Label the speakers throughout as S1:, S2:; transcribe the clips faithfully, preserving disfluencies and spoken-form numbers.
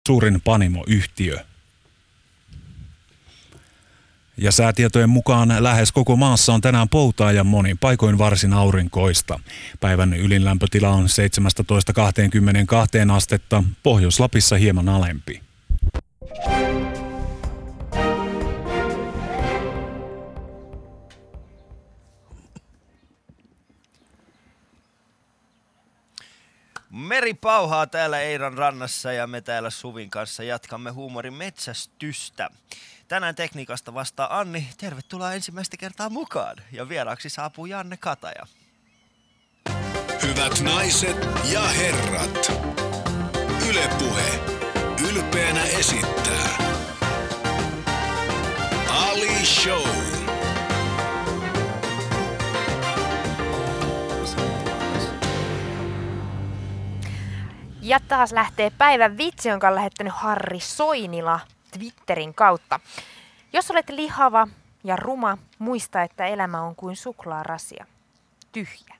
S1: suurin panimoyhtiö. Ja säätietojen mukaan lähes koko maassa on tänään poutaa ja monin paikoin varsin aurinkoista. Päivän ylinlämpötila on seitsemästätoista kaksikymmentäkaksi astetta, Pohjois-Lapissa hieman alempi.
S2: Meri pauhaa täällä Eiran rannassa ja me täällä Suvin kanssa jatkamme huumorin metsästystä. Tänään tekniikasta vastaa Anni. Tervetuloa ensimmäistä kertaa mukaan. Ja vieraaksi saapuu Janne Kataja.
S3: Hyvät naiset ja herrat, Yle Puhe ylpeänä esittää Ali Show.
S4: Ja taas lähtee päivän vitsi, jonka on lähettänyt Harri Soinila Twitterin kautta. Jos olet lihava ja ruma, muista, että elämä on kuin suklaarasia. Tyhjä.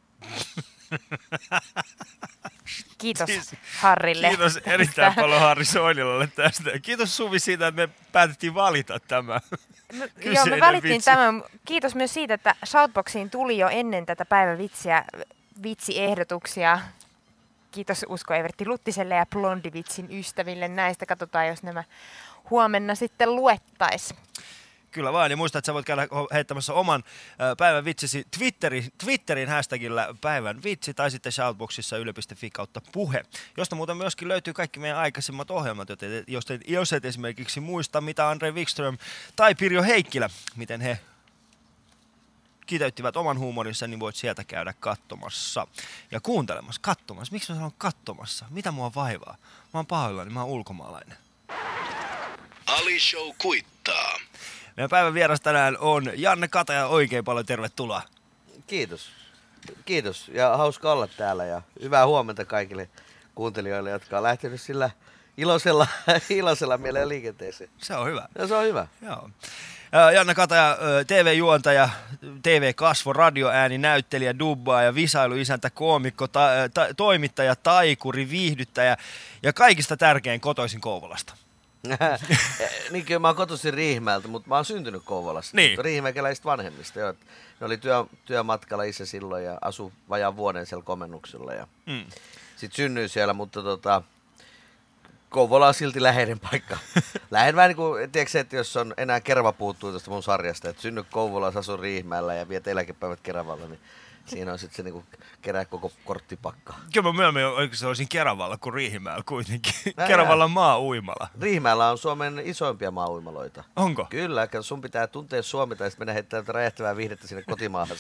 S4: Kiitos siis, Harrille.
S2: Kiitos erittäin paljon Harri Soinilalle tästä. Kiitos Suvi siitä, että me päätettiin valita tämä.
S4: No, joo, me valittiin vitsi. Tämän. Kiitos myös siitä, että Shoutboxiin tuli jo ennen tätä päivän vitsiä vitsiehdotuksia. Kiitos Usko Evertti Luttiselle ja Blondivitsin ystäville näistä. Katsotaan, jos nämä huomenna sitten luettais.
S2: Kyllä vaan, ja muista, että sä voit käydä heittämässä oman päivän vitsisi Twitterin, Twitterin hashtagillä päivän vitsi tai sitten Shoutboxissa yle piste fi kautta puhe, josta muuten myöskin löytyy kaikki meidän aikaisemmat ohjelmat, joten jos et, jos et esimerkiksi muista, mitä Andre Wikström tai Pirjo Heikkilä, miten he kiteyttivät oman huumorinsa, niin voit sieltä käydä katsomassa ja kuuntelemassa, katsomassa. Miksi mä sanon katsomassa? Mitä mua vaivaa? Mä oon pahoillani, mä oon ulkomaalainen.
S3: Ali Show kuittaa.
S2: Meidän päivän vieras tänään on Janne Kataja. Oikein paljon tervetuloa.
S5: Kiitos. Kiitos ja hauska olla täällä ja hyvää huomenta kaikille kuuntelijoille, jotka on lähtenyt sillä iloisella, iloisella mielellä liikenteeseen.
S2: Se on hyvä.
S5: Ja se on hyvä.
S2: Joo. Janne Kataja, T V-juontaja, T V-kasvo, radioääni, näyttelijä, dubbaaja, visailuisäntä, koomikko, ta- ta- toimittaja, taikuri, viihdyttäjä ja kaikista tärkein kotoisin Kouvolasta.
S5: Niin kyllä mä oon kotoisin Riihimäeltä, mutta mä oon syntynyt Kouvolassa.
S2: Niin.
S5: Riihimäkeläisistä vanhemmista. Joo. Ne oli työ, työmatkalla isä silloin ja asu vajaan vuoden siellä komennuksella. Ja mm. Sitten synnyin siellä, mutta tota, Kouvola on silti läheinen paikka. Lähden vähän niin kuin, tiedätkö että jos on enää Kerava puuttuu tuosta mun sarjasta, että synny Kouvolassa, asun Riihimäellä ja viet eläkepäivät Keravalla, niin siinä on sitten se niinku kerää koko korttipakka.
S2: Kyllä mä myöhemmin oikeasti olisin Keravalla kuin Riihimäellä kuitenkin. Nää Keravalla on maa-uimala.
S5: Riihimäellä on Suomen isoimpia maa-uimaloita.
S2: Onko?
S5: Kyllä, sun pitää tuntea Suomi tai sitten mennä heittämään räjähtävää viihdettä sinne kotimaahan.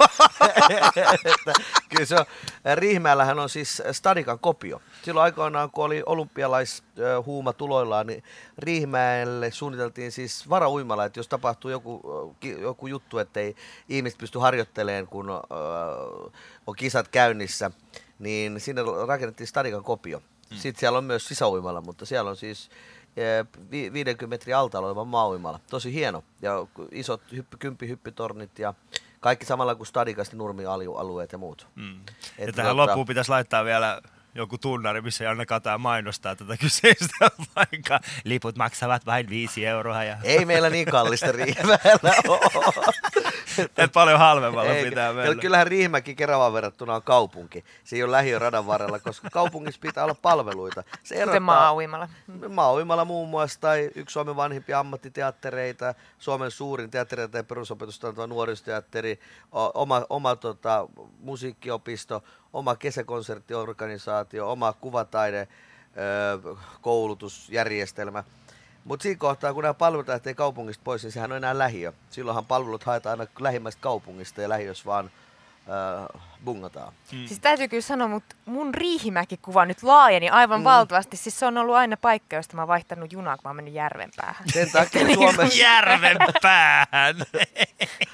S5: Kyllä se on. Riihimäellähän on siis Stadikan kopio. Silloin aikoinaan, kun oli olympialaishuuma tuloillaan, niin Riihimäelle suunniteltiin siis varauimala, että jos tapahtuu joku, joku juttu, ettei ihmiset pysty harjoittelemaan, kun on kisat käynnissä, niin sinne rakennettiin Stadikan kopio. Hmm. Sitten siellä on myös sisäuimala, mutta siellä on siis viisikymmentä metrin altaalla oleva maa-uimala. Tosi hieno. Ja isot hyppy, kymppihyppytornit ja kaikki samalla kuin Stadikasti nurmialueet ja muut. Hmm.
S2: Et ja tähän loppuun pitäisi laittaa vielä joku tunnari, missä Janne Kataja mainostaa tätä kyseistä paikkaa. Liput maksavat vain viisi euroa. Ja
S5: ei meillä niin kallista Riihimäellä ole.
S2: Et paljon halvemmalla ei, pitää mennä.
S5: Kyllähän Riihimäki Keravaan verrattuna on kaupunki. Se ei ole lähiö radan varrella, koska kaupungissa pitää olla palveluita. Se erottaa
S4: maa-uimala.
S5: Maa-uimala muun muassa, tai yksi Suomen vanhimpia ammattiteattereita, Suomen suurin teattereita ja perusopetusta antava nuorisoteatteri, oma, oma tota, musiikkiopisto, oma kesäkonserttiorganisaatio, oma kuvataide, öö, koulutusjärjestelmä. Mutta siinä kohtaa, kun nämä palvelut lähtee kaupungista pois, niin sehän on enää lähiö. Silloinhan palvelut haetaan aina lähimmästä kaupungista ja lähiössä vaan öö, bungataan.
S4: Hmm. Siis täytyy kyllä sanoa, mutta mun Riihimäki-kuva nyt laajeni aivan hmm. valtavasti. Siis se on ollut aina paikka, josta mä oon vaihtanut junaa, kun mä oon mennyt Järvenpäähän.
S5: Sen takia Suomessa
S2: Järvenpäähän!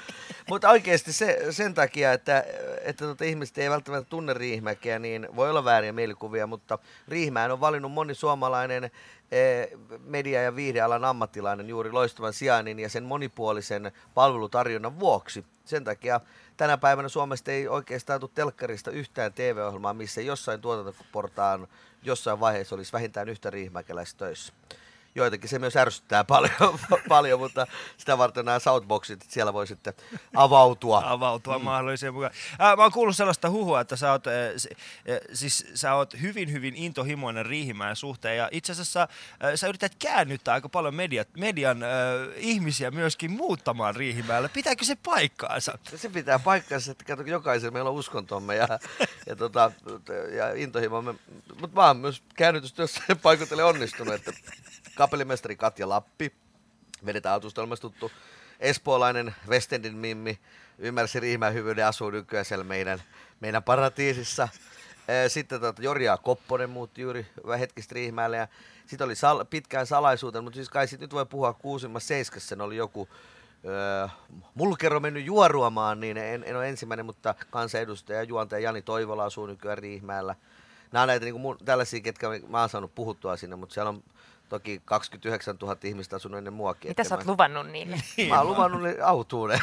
S5: Mutta oikeasti se, sen takia, että, että tuota, ihmiset ei välttämättä tunne Riihimäkeä, niin voi olla vääriä mielikuvia, mutta Riihimäen on valinnut moni suomalainen eh, media- ja viihdealan ammattilainen juuri loistavan sijainnin ja sen monipuolisen palvelutarjonnan vuoksi. Sen takia tänä päivänä Suomesta ei oikeastaan tule telkkarista yhtään T V-ohjelmaa, missä jossain tuotantoportaan jossain vaiheessa olisi vähintään yhtä riihimäkeläistä töissä. Joitakin se myös ärsyttää paljon, paljon, mutta sitä varten nämä Southboxit, että siellä voi sitten avautua.
S2: Avautua mm. mahdollisia mukaan. Äh, mä oon kuullut sellaista huhua, että sä oot, äh, äh, siis, sä oot hyvin, hyvin intohimoinen Riihimäen suhteen, ja itse asiassa äh, sä yrität käännyttää aika paljon mediat, median äh, ihmisiä myöskin muuttamaan Riihimäelle. Pitääkö se paikkaansa?
S5: Se pitää paikkaansa, että kato, jokaisella meillä on uskontomme ja, ja, tota, ja intohimomme, mutta mä oon myös käännytystyössä paikoitelle onnistunut, että kapellimestari Katja Lappi, vedetään autostelmassa tuttu espoolainen Westendin Mimmi, ymmärsi Riihimäen hyvyyden, asuu nykyään siellä meidän, meidän paratiisissa. Sitten tuota, Jorja Kopponen muutti juuri hetkistä Riihimäelle ja sitten oli sal- pitkään salaisuutena, mutta siis kai sit nyt voi puhua kuusimmassa seiskassa, sen oli joku öö, mulkero mennyt juoruamaan, niin en, en ole ensimmäinen, mutta kansanedustaja juontaja Jani Toivola asuu nykyään Riihimäellä. Nämä on näitä niin kuin mun, tällaisia, ketkä mä oon saanut puhuttua sinne, mutta siellä on toki kaksikymmentäyhdeksäntuhatta ihmistä asunut ennen muakin.
S4: Mitä sä oot mä... luvannut niille?
S5: Mä oon luvannut niille autuuden.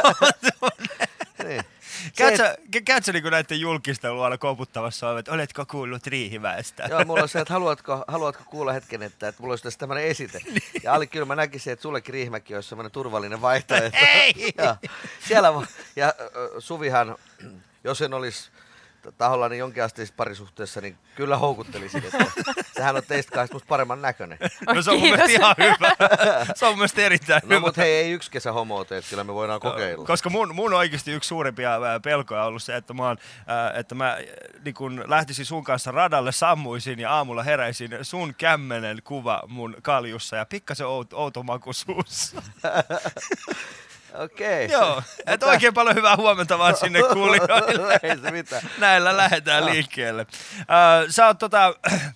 S5: niin.
S2: Käytkö niin näiden julkistelua aina koputtamassa, että oletko kuullut Riihimäestä?
S5: Joo, mulla on se, että haluatko, haluatko kuulla hetken, että, että mulla olisi tässä tämmöinen esite. Ja Ali, kyllä mä näkisin, että sullekin Riihimäki olisi semmoinen turvallinen vaihtoehto.
S2: Ei!
S5: ja, siellä, ja Suvihan, jos en olisi tahollani jonkinasteisessa parisuhteessa, niin kyllä houkuttelisin, että sehän on teistä kahdesta musta paremman näköinen.
S2: No se on mun mielestä ihan hyvä. Se on mun mielestä erittäin
S5: no,
S2: hyvä.
S5: No mutta hei, ei yksi kesä homoa että kyllä me voidaan kokeilla.
S2: Koska mun, mun oikeasti yksi suurimpia pelkoja on ollut se, että mä, oon, että mä niin kun lähtisin sun kanssa radalle, sammuisin ja aamulla heräisin sun kämmenen kuva mun kaljussa ja pikkasen outo, outo maku suussa.
S5: Okei.
S2: Okay. Joo, että oikein paljon hyvää huomenta vaan sinne kuulijoille.
S5: Ei se mitään.
S2: Näillä lähdetään no. liikkeelle. Uh, sä oot tota,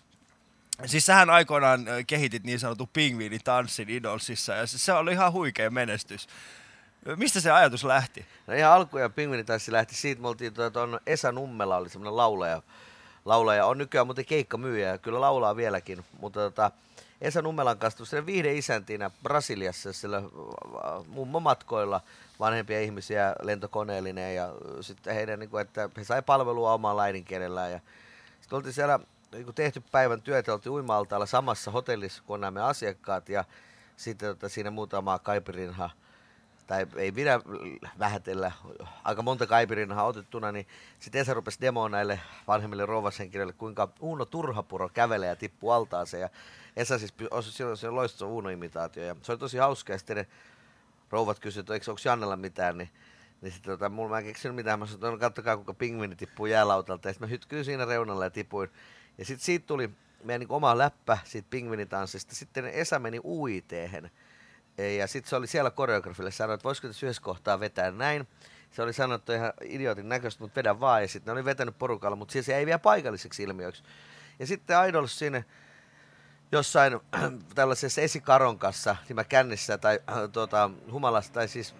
S2: siis sähän aikoinaan kehitit niin sanotun pingviinitanssin Idolsissa ja se oli ihan huikea menestys. Mistä se ajatus lähti?
S5: No ihan alkuja pingviinitanssi lähti siitä, me oltiin tuon Esa Nummela oli semmoinen laulaja. Laulaja on nykyään muuten keikkamyyjä ja kyllä laulaa vieläkin, mutta tota, Esa Nummelan kanssa tuli viihdeisäntinä Brasiliassa sillä mummomatkoilla vanhempia ihmisiä lentokoneellinen ja sitten heidän, niin kuin, että he sai palvelua omaan äidinkielellään. Ja sitten oltiin siellä niin kuin tehty päivän työtä, oltiin uima-altaalla samassa hotellissa kuin nämä asiakkaat ja sitten tota, siinä muutama kaipirinha, tai ei pidä vähätellä, aika monta kaipirinhaa otettuna, niin sitten Esa rupesi demoon näille vanhemmille rouvashenkilöille, kuinka Uuno Turhapuro kävelee ja tippuu altaaseen. Ja Esa siis silloin se loistava Uuno-imitaatio ja se oli tosi hauska ja sitten ne rouvat kysyivät, että onko Jannella mitään, niin, niin sitten tota, mulla mä en keksinyt mitään, mä sanoin, että katsokaa kuinka pingviini tippuu jäälautalta ja sitten mä hytkyin siinä reunalla ja tipuin. Ja sitten siitä tuli meidän niin oma läppä siitä pingviinitanssista, sitten Esa meni U I T:hen ja sitten se oli siellä koreografille sanoi, että voisiko tässä yhdessä kohtaa vetää näin. Se oli sanottu ihan idiootin näköistä, mutta vedä vaan ja sitten ne oli vetänyt porukalla, mutta siis se ei vielä paikalliseksi ilmiöksi. Ja sitten Idols sinne jossain tällaisessa esikaron kanssa, niin mä kännissä tai äh, tuota, humalassa tai siis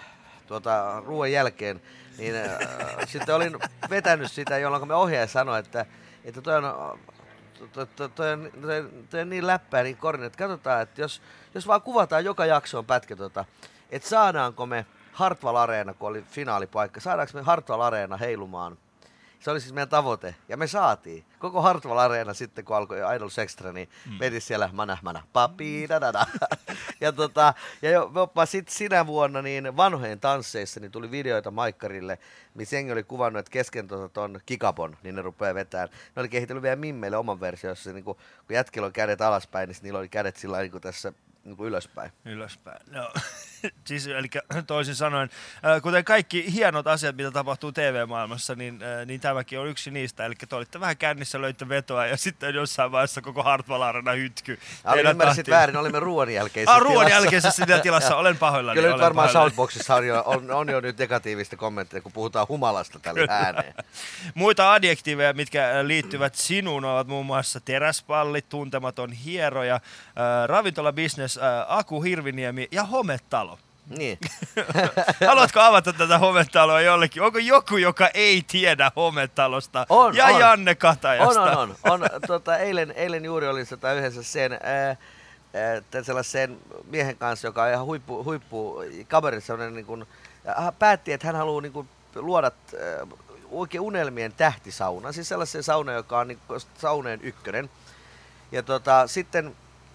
S5: tuota, ruoan jälkeen, niin äh, sitten olin vetänyt sitä, jolloin me ohjaaja sanoi, että, että toi on, toi, toi, toi, on, toi, toi on niin läppää, niin korin, että katsotaan, että jos, jos vaan kuvataan joka jaksoon pätkä, tota, että saadaanko me Hartwall Areena, kun oli finaalipaikka, saadaanko me Hartwall Areena heilumaan. Se oli siis meidän tavoite, ja me saatiin. Koko Hartwall Areena sitten, kun alkoi Idols Extra, niin mm. veti siellä mana, mana, papi, dadada. ja tota, ja jopa sitten sinä vuonna niin vanhojen tansseissa niin tuli videoita Maikkarille, missä jengi oli kuvannut, että kesken tuon tota, kikapon, niin ne rupeaa vetämään. Ne oli kehitellyt vielä mimmeille oman versiossa, niin kun, kun jätkillä on kädet alaspäin, niin niillä oli kädet sillä niin kuin tässä niin kuin ylöspäin.
S2: Ylöspäin, no. Siis, eli toisin sanoen, kuten kaikki hienot asiat, mitä tapahtuu T V-maailmassa, niin, niin tämäkin on yksi niistä. Eli te olitte vähän kännissä, löitte vetoa ja sitten jossain vaiheessa koko Hartwall Arena hytky.
S5: Oli ymmärsit väärin, olimme ruoan jälkeisessä
S2: ah, ruoan jälkeisessä tilassa, olen pahoillani.
S5: Kyllä nyt varmaan Southboxissa on jo, on, on jo nyt negatiivista kommentteja, kun puhutaan humalasta tälle ääneen.
S2: Muita adjektiiveja, mitkä liittyvät sinuun, ovat muun muassa teräspallit, tuntematon hieroja, äh, ravintolabisnes, äh, Aku Hirviniemi ja hometalo.
S5: Niin.
S2: Haluatko avata tätä hometaloa jollekin? Onko joku, joka ei tiedä hometalosta?
S5: On,
S2: ja
S5: on.
S2: Janne Katajasta.
S5: On, on, on. on tota, eilen, eilen juuri oli tota yhdessä sen, ää, ää, sellaisen miehen kanssa, joka on ihan huippu, huippu kaveri, sellainen niin kuin, päätti, että hän haluaa niin kuin, luoda ää, oikein unelmien tähtisauna. Siis sellaisen sauna, joka on niin kuin, sauneen ykkönen. Ja tota, sitten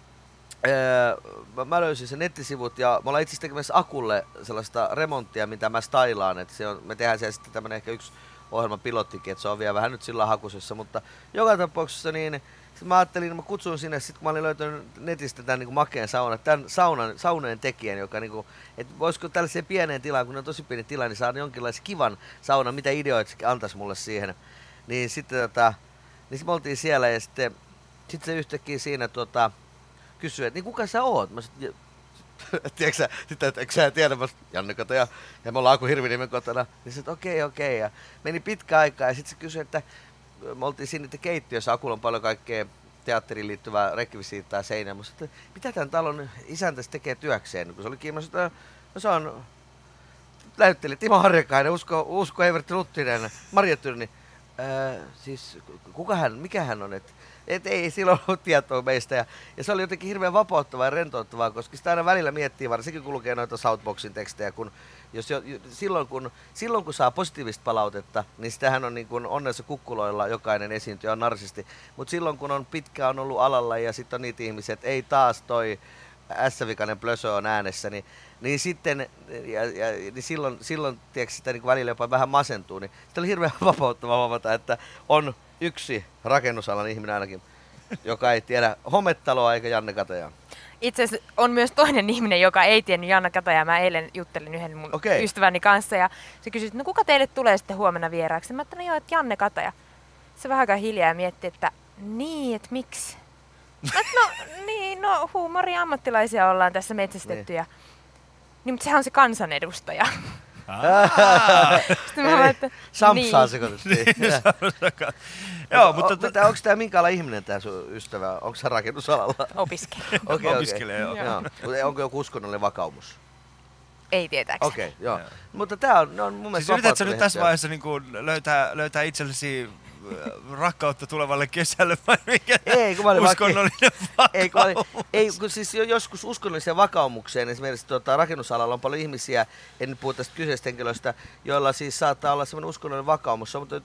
S5: Öö, mä löysin sen nettisivut ja me ollaan itse asiassa tekemässä Akulle sellaista remonttia, mitä mä stylaan, että se on, me tehdään siellä sitten tämmönen ehkä yksi ohjelman pilottikin, että se on vielä vähän nyt sillä hakusessa, mutta joka tapauksessa niin mä ajattelin, mä kutsuin sinne, sit kun mä olin löytänyt netistä tämän niin kuin makeen saunan, tämän saunan, sauneen tekijän, joka niin kuin, että voisiko tällaiseen pieneen tilaan, kun on tosi pieni tila, niin saada jonkinlaisen kivan saunan, mitä ideoita se antaisi mulle siihen, niin sitten tota, niin sit me oltiin siellä ja sitten sit se yhtäkkiä siinä tota, kysyi, että niin kuka sä oot? Mä sanoin, tiedätkö sä, sitten, että eikö sä tiedä, mä sanoin, Janne Kataja, ja me ollaan Aku Hirviniemen kotona. Niin sanoin, että okei, okei, ja meni pitkä aikaa, ja sitten se kysyi, että me oltiin siinä keittiössä, Akulla on paljon kaikkea teatteriin liittyvää rekvisiittaa seinää. Mä sanoin, että mitä tämän talon isäntä tekee työkseen? Kun se oli kiinnostunut, että no se on näytteli Timo Harjakainen, Usko, Usko Evertti Luttinen, Marja Tyrni. Öö, siis kuka hän, mikä hän on? Et, et ei silloin ollut tietoa meistä. Ja, ja se oli jotenkin hirveän vapauttavaa ja rentouttavaa, koska sitä aina välillä miettii, varsinkin kun lukee noita Southboxin tekstejä, kun jos jo, silloin, kun, silloin kun saa positiivista palautetta, niin sitähän on niin kuin onnessa kukkuloilla jokainen esiintyjä on narsisti. Mutta silloin kun on pitkään ollut alalla ja sitten on niitä ihmisiä, että ei taas toi ässävikainen plösö on äänessä, niin, niin sitten ja, ja, niin silloin, silloin tiedätkö, sitä niin kuin välillä jopa vähän masentuu. Niin sitä oli hirveän vapauttavaa huomata, että on yksi rakennusalan ihminen ainakin, joka ei tiedä hometaloa eikä Janne Katajaa.
S4: Itse asiassa on myös toinen ihminen, joka ei tiennyt Janne Katajaa. Mä eilen juttelin yhden mun
S5: Okei.
S4: ystäväni kanssa ja se kysyi, että no kuka teille tulee sitten huomenna vieraaksi? Mä ajattelin, no joo, että Janne Kataja. Se vähän aikaa hiljaa mietti, että niin, että miksi? Mä et, no niin, no huumori-ammattilaisia ollaan tässä metsästettyjä. Niin. Niin, mutta sehän on se kansanedustaja. Sitten mä vaan, että
S5: Sampsaa
S4: niin.
S5: sekoitettiin.
S2: Joo, mutta
S5: o, o, onko tämä minkälainen ihminen tämä sun ystävä? Onko se rakennusalalla?
S4: Opiskelija.
S5: Okay,
S2: Opiskelee,
S5: okay.
S2: joo.
S5: joo. Onko joku uskonnollinen vakaumus?
S4: Ei tietääkseni.
S5: Okei, okay, joo. joo. Mutta tämä on, on mun mielestä
S2: siis yritätkö nyt tässä
S5: hetkiä.
S2: vaiheessa niin kuin löytää, löytää itsellesi rakkautta tulevalle kesälle vai mikä
S5: ei, kun mä olin
S2: uskonnollinen vakaumus?
S5: Ei, kun, olin, ei, kun siis joskus uskonnollisia vakaumukseen, esimerkiksi tuota, rakennusalalla on paljon ihmisiä, en nyt puhu tästä kyseistä henkilöistä, joilla siis saattaa olla sellainen uskonnollinen vakaumus, mutta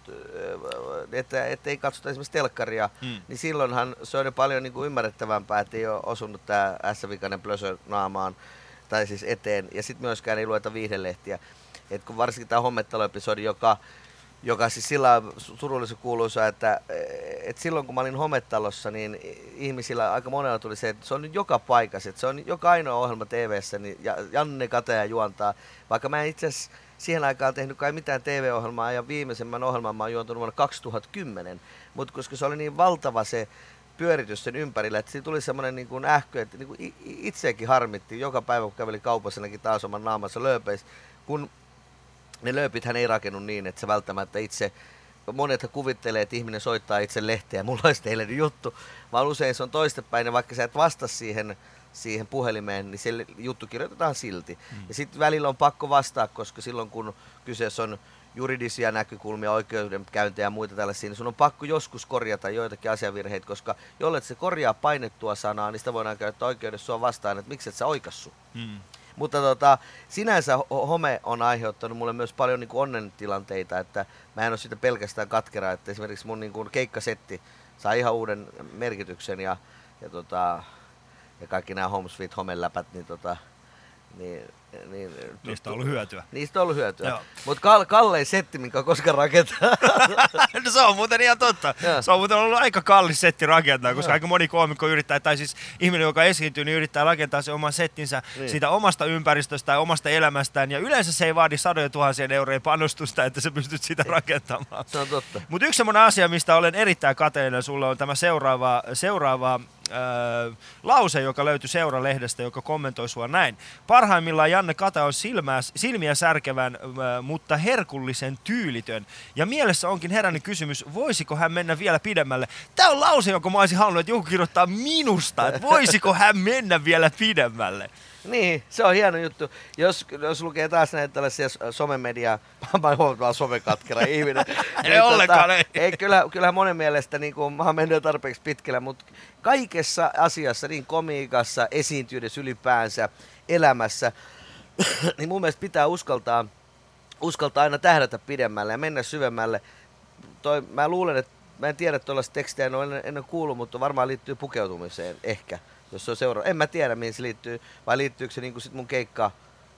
S5: että, että ei katsota esimerkiksi telkkaria, hmm. niin silloinhan se on jo paljon niin kuin ymmärrettävämpää, että ei ole osunut tämä ässävikainen plösö naamaan tai siis eteen, ja sitten myöskään ei lueta viihdelehtiä. Et kun varsinkin tämä Hometalo-episodi, joka joka siis sillä surullisen kuuluisa, että, että silloin kun mä olin Hometalossa, niin ihmisillä aika monella tuli se, että se on nyt joka paikassa, että se on joka ainoa ohjelma T V:ssä, niin Janne Kataja juontaa, vaikka mä en itse asiassa siihen aikaan tehnyt kai mitään T V-ohjelmaa, ja viimeisemmän ohjelman mä oon juontunut vuonna kaksituhattakymmenen, mutta koska se oli niin valtava se pyöritys sen ympärillä, että siinä tuli semmoinen niin kuin ähkö, että niin kuin itseäkin harmitti joka päivä, kun käveli kaupassa, näki taas oman naamansa lööpeissä, kun ne lööpithän ei rakennu niin, että se välttämättä itse, monet kuvittelee, että ihminen soittaa itse lehteä, mulla olisi teille juttu, vaan usein se on toistepäin, ja vaikka sä et vasta siihen, siihen puhelimeen, niin se juttu kirjoitetaan silti. Mm. Ja sitten välillä on pakko vastaa, koska silloin kun kyseessä on juridisia näkökulmia, oikeudenkäyntejä ja muita tällaisia, niin sun on pakko joskus korjata joitakin asiavirheitä, koska jollet se korjaa painettua sanaa, niin sitä voidaan käyttää oikeudessa sua vastaan, että miksi et sä oikassu. Mm. Mutta tota, sinänsä home on aiheuttanut mulle myös paljon niin kuin onnentilanteita, että mä en ole siitä pelkästään katkera, että esimerkiksi mun niin kuin keikkasetti saa ihan uuden merkityksen ja, ja, tota, ja kaikki nämä Home Sweet Home-läpät, niin, tota, niin, niin
S2: niistä on ollut hyötyä.
S5: Niistä on ollut hyötyä. Mutta kal- kallein setti, minkä on koskaan rakentaa.
S2: No se on muuten ihan totta. Ja. Se on muuten ollut aika kallis setti rakentaa, koska ja. aika moni koomikko yrittää, tai siis ihminen, joka esiintyy, niin yrittää rakentaa sen oman settinsä niin. siitä omasta ympäristöstä ja omasta elämästään. Ja yleensä se ei vaadi sadoja tuhansien eurojen panostusta, että sä pystyt sitä rakentamaan.
S5: Se on totta.
S2: Mutta yksi semmoinen asia, mistä olen erittäin kateellinen sulle, on tämä seuraava, seuraava Öö, lause, joka löytyi Seura-lehdestä, joka kommentoi sua näin. Parhaimmillaan Janne Kataja on silmää, silmiä särkevän, öö, mutta herkullisen tyylitön. Ja mielessä onkin herännyt kysymys, voisiko hän mennä vielä pidemmälle. Tämä on lause, jonka mä olisin halunnut, että joku kirjoittaa minusta, että voisiko hän mennä vielä pidemmälle.
S5: Niin, se on hieno juttu. Jos, jos lukee taas näitä tällaisia somemediaa, mä oon huomattavasti somekatkera ihminen.
S2: Ei niin, ollenkaan, tota, ei.
S5: ei kyllä, kyllähän monen mielestä niin kuin, mä oon mennyt tarpeeksi pitkällä, mutta kaikessa asiassa, niin komiikassa, esiintyydessä ylipäänsä, elämässä, niin mun mielestä pitää uskaltaa, uskaltaa aina tähdätä pidemmälle ja mennä syvemmälle. Toi, mä luulen, että mä en tiedä tuollaista tekstiä, en ole ennen, ennen kuullut, mutta varmaan liittyy pukeutumiseen ehkä. Jos se on seura- en mä tiedä, mihin se liittyy, vai liittyykö se niinku sit mun keikka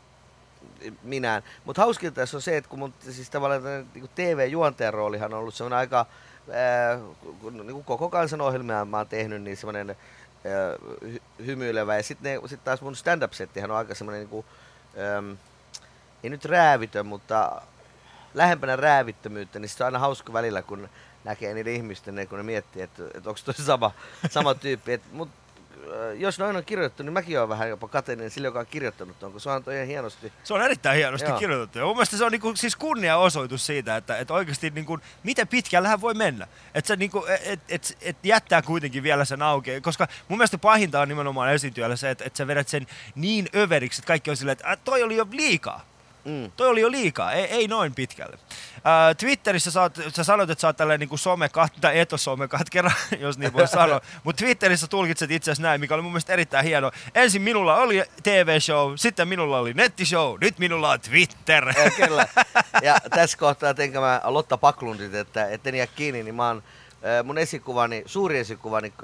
S5: minään. Mutta hauskinta tässä on se, että kun mun siis tavallaan niinku T V-juontajan roolihan on ollut semmoinen aika, ää, niinku koko kansanohjelmia mä oon tehnyt, niin semmoinen ää, hy- hymyilevä. Ja sitten sit taas mun stand-up-settihän on aika semmoinen, niinku, ää, ei nyt räävitön, mutta lähempänä räävittömyyttä, niin se on aina hauska välillä, kun näkee niiden ihmisten, kun ne miettii, että, että onko toi sama, sama tyyppi. Et, mut, jos noin on kirjoitettu, niin mäkin olen vähän jopa kateinen sille, joka on kirjoittanut onko se on toi ihan hienosti.
S2: Se on erittäin hienosti
S5: Joo.
S2: kirjoitettu. Ja mun mielestä se on niinku, siis kunniaosoitus siitä, että, että oikeasti niinku, miten pitkällähän voi mennä. Että se niinku, et, et, et jättää kuitenkin vielä sen auki. Koska mun mielestä pahinta on nimenomaan esiintyjällä se, että, että sä vedät sen niin överiksi, että kaikki on silleen, että toi oli jo liikaa. Mm. Toi oli jo liikaa, ei, ei noin pitkälle. Ää, Twitterissä sä, oot, sä sanoit, että sä oot tällainen niin somekat, tai etosomekatkera, jos niin voi sanoa. Mutta Twitterissä tulkitset itse asiassa näin, mikä oli mun mielestä erittäin hieno. Ensin minulla oli T V-show, sitten minulla oli nettishow, nyt minulla on Twitter.
S5: Ja, kyllä. Ja tässä kohtaa teinkö mä Lotta Paklundit, että etten jää kiinni, niin mä oon, mun esikuvani, suuri esikuvani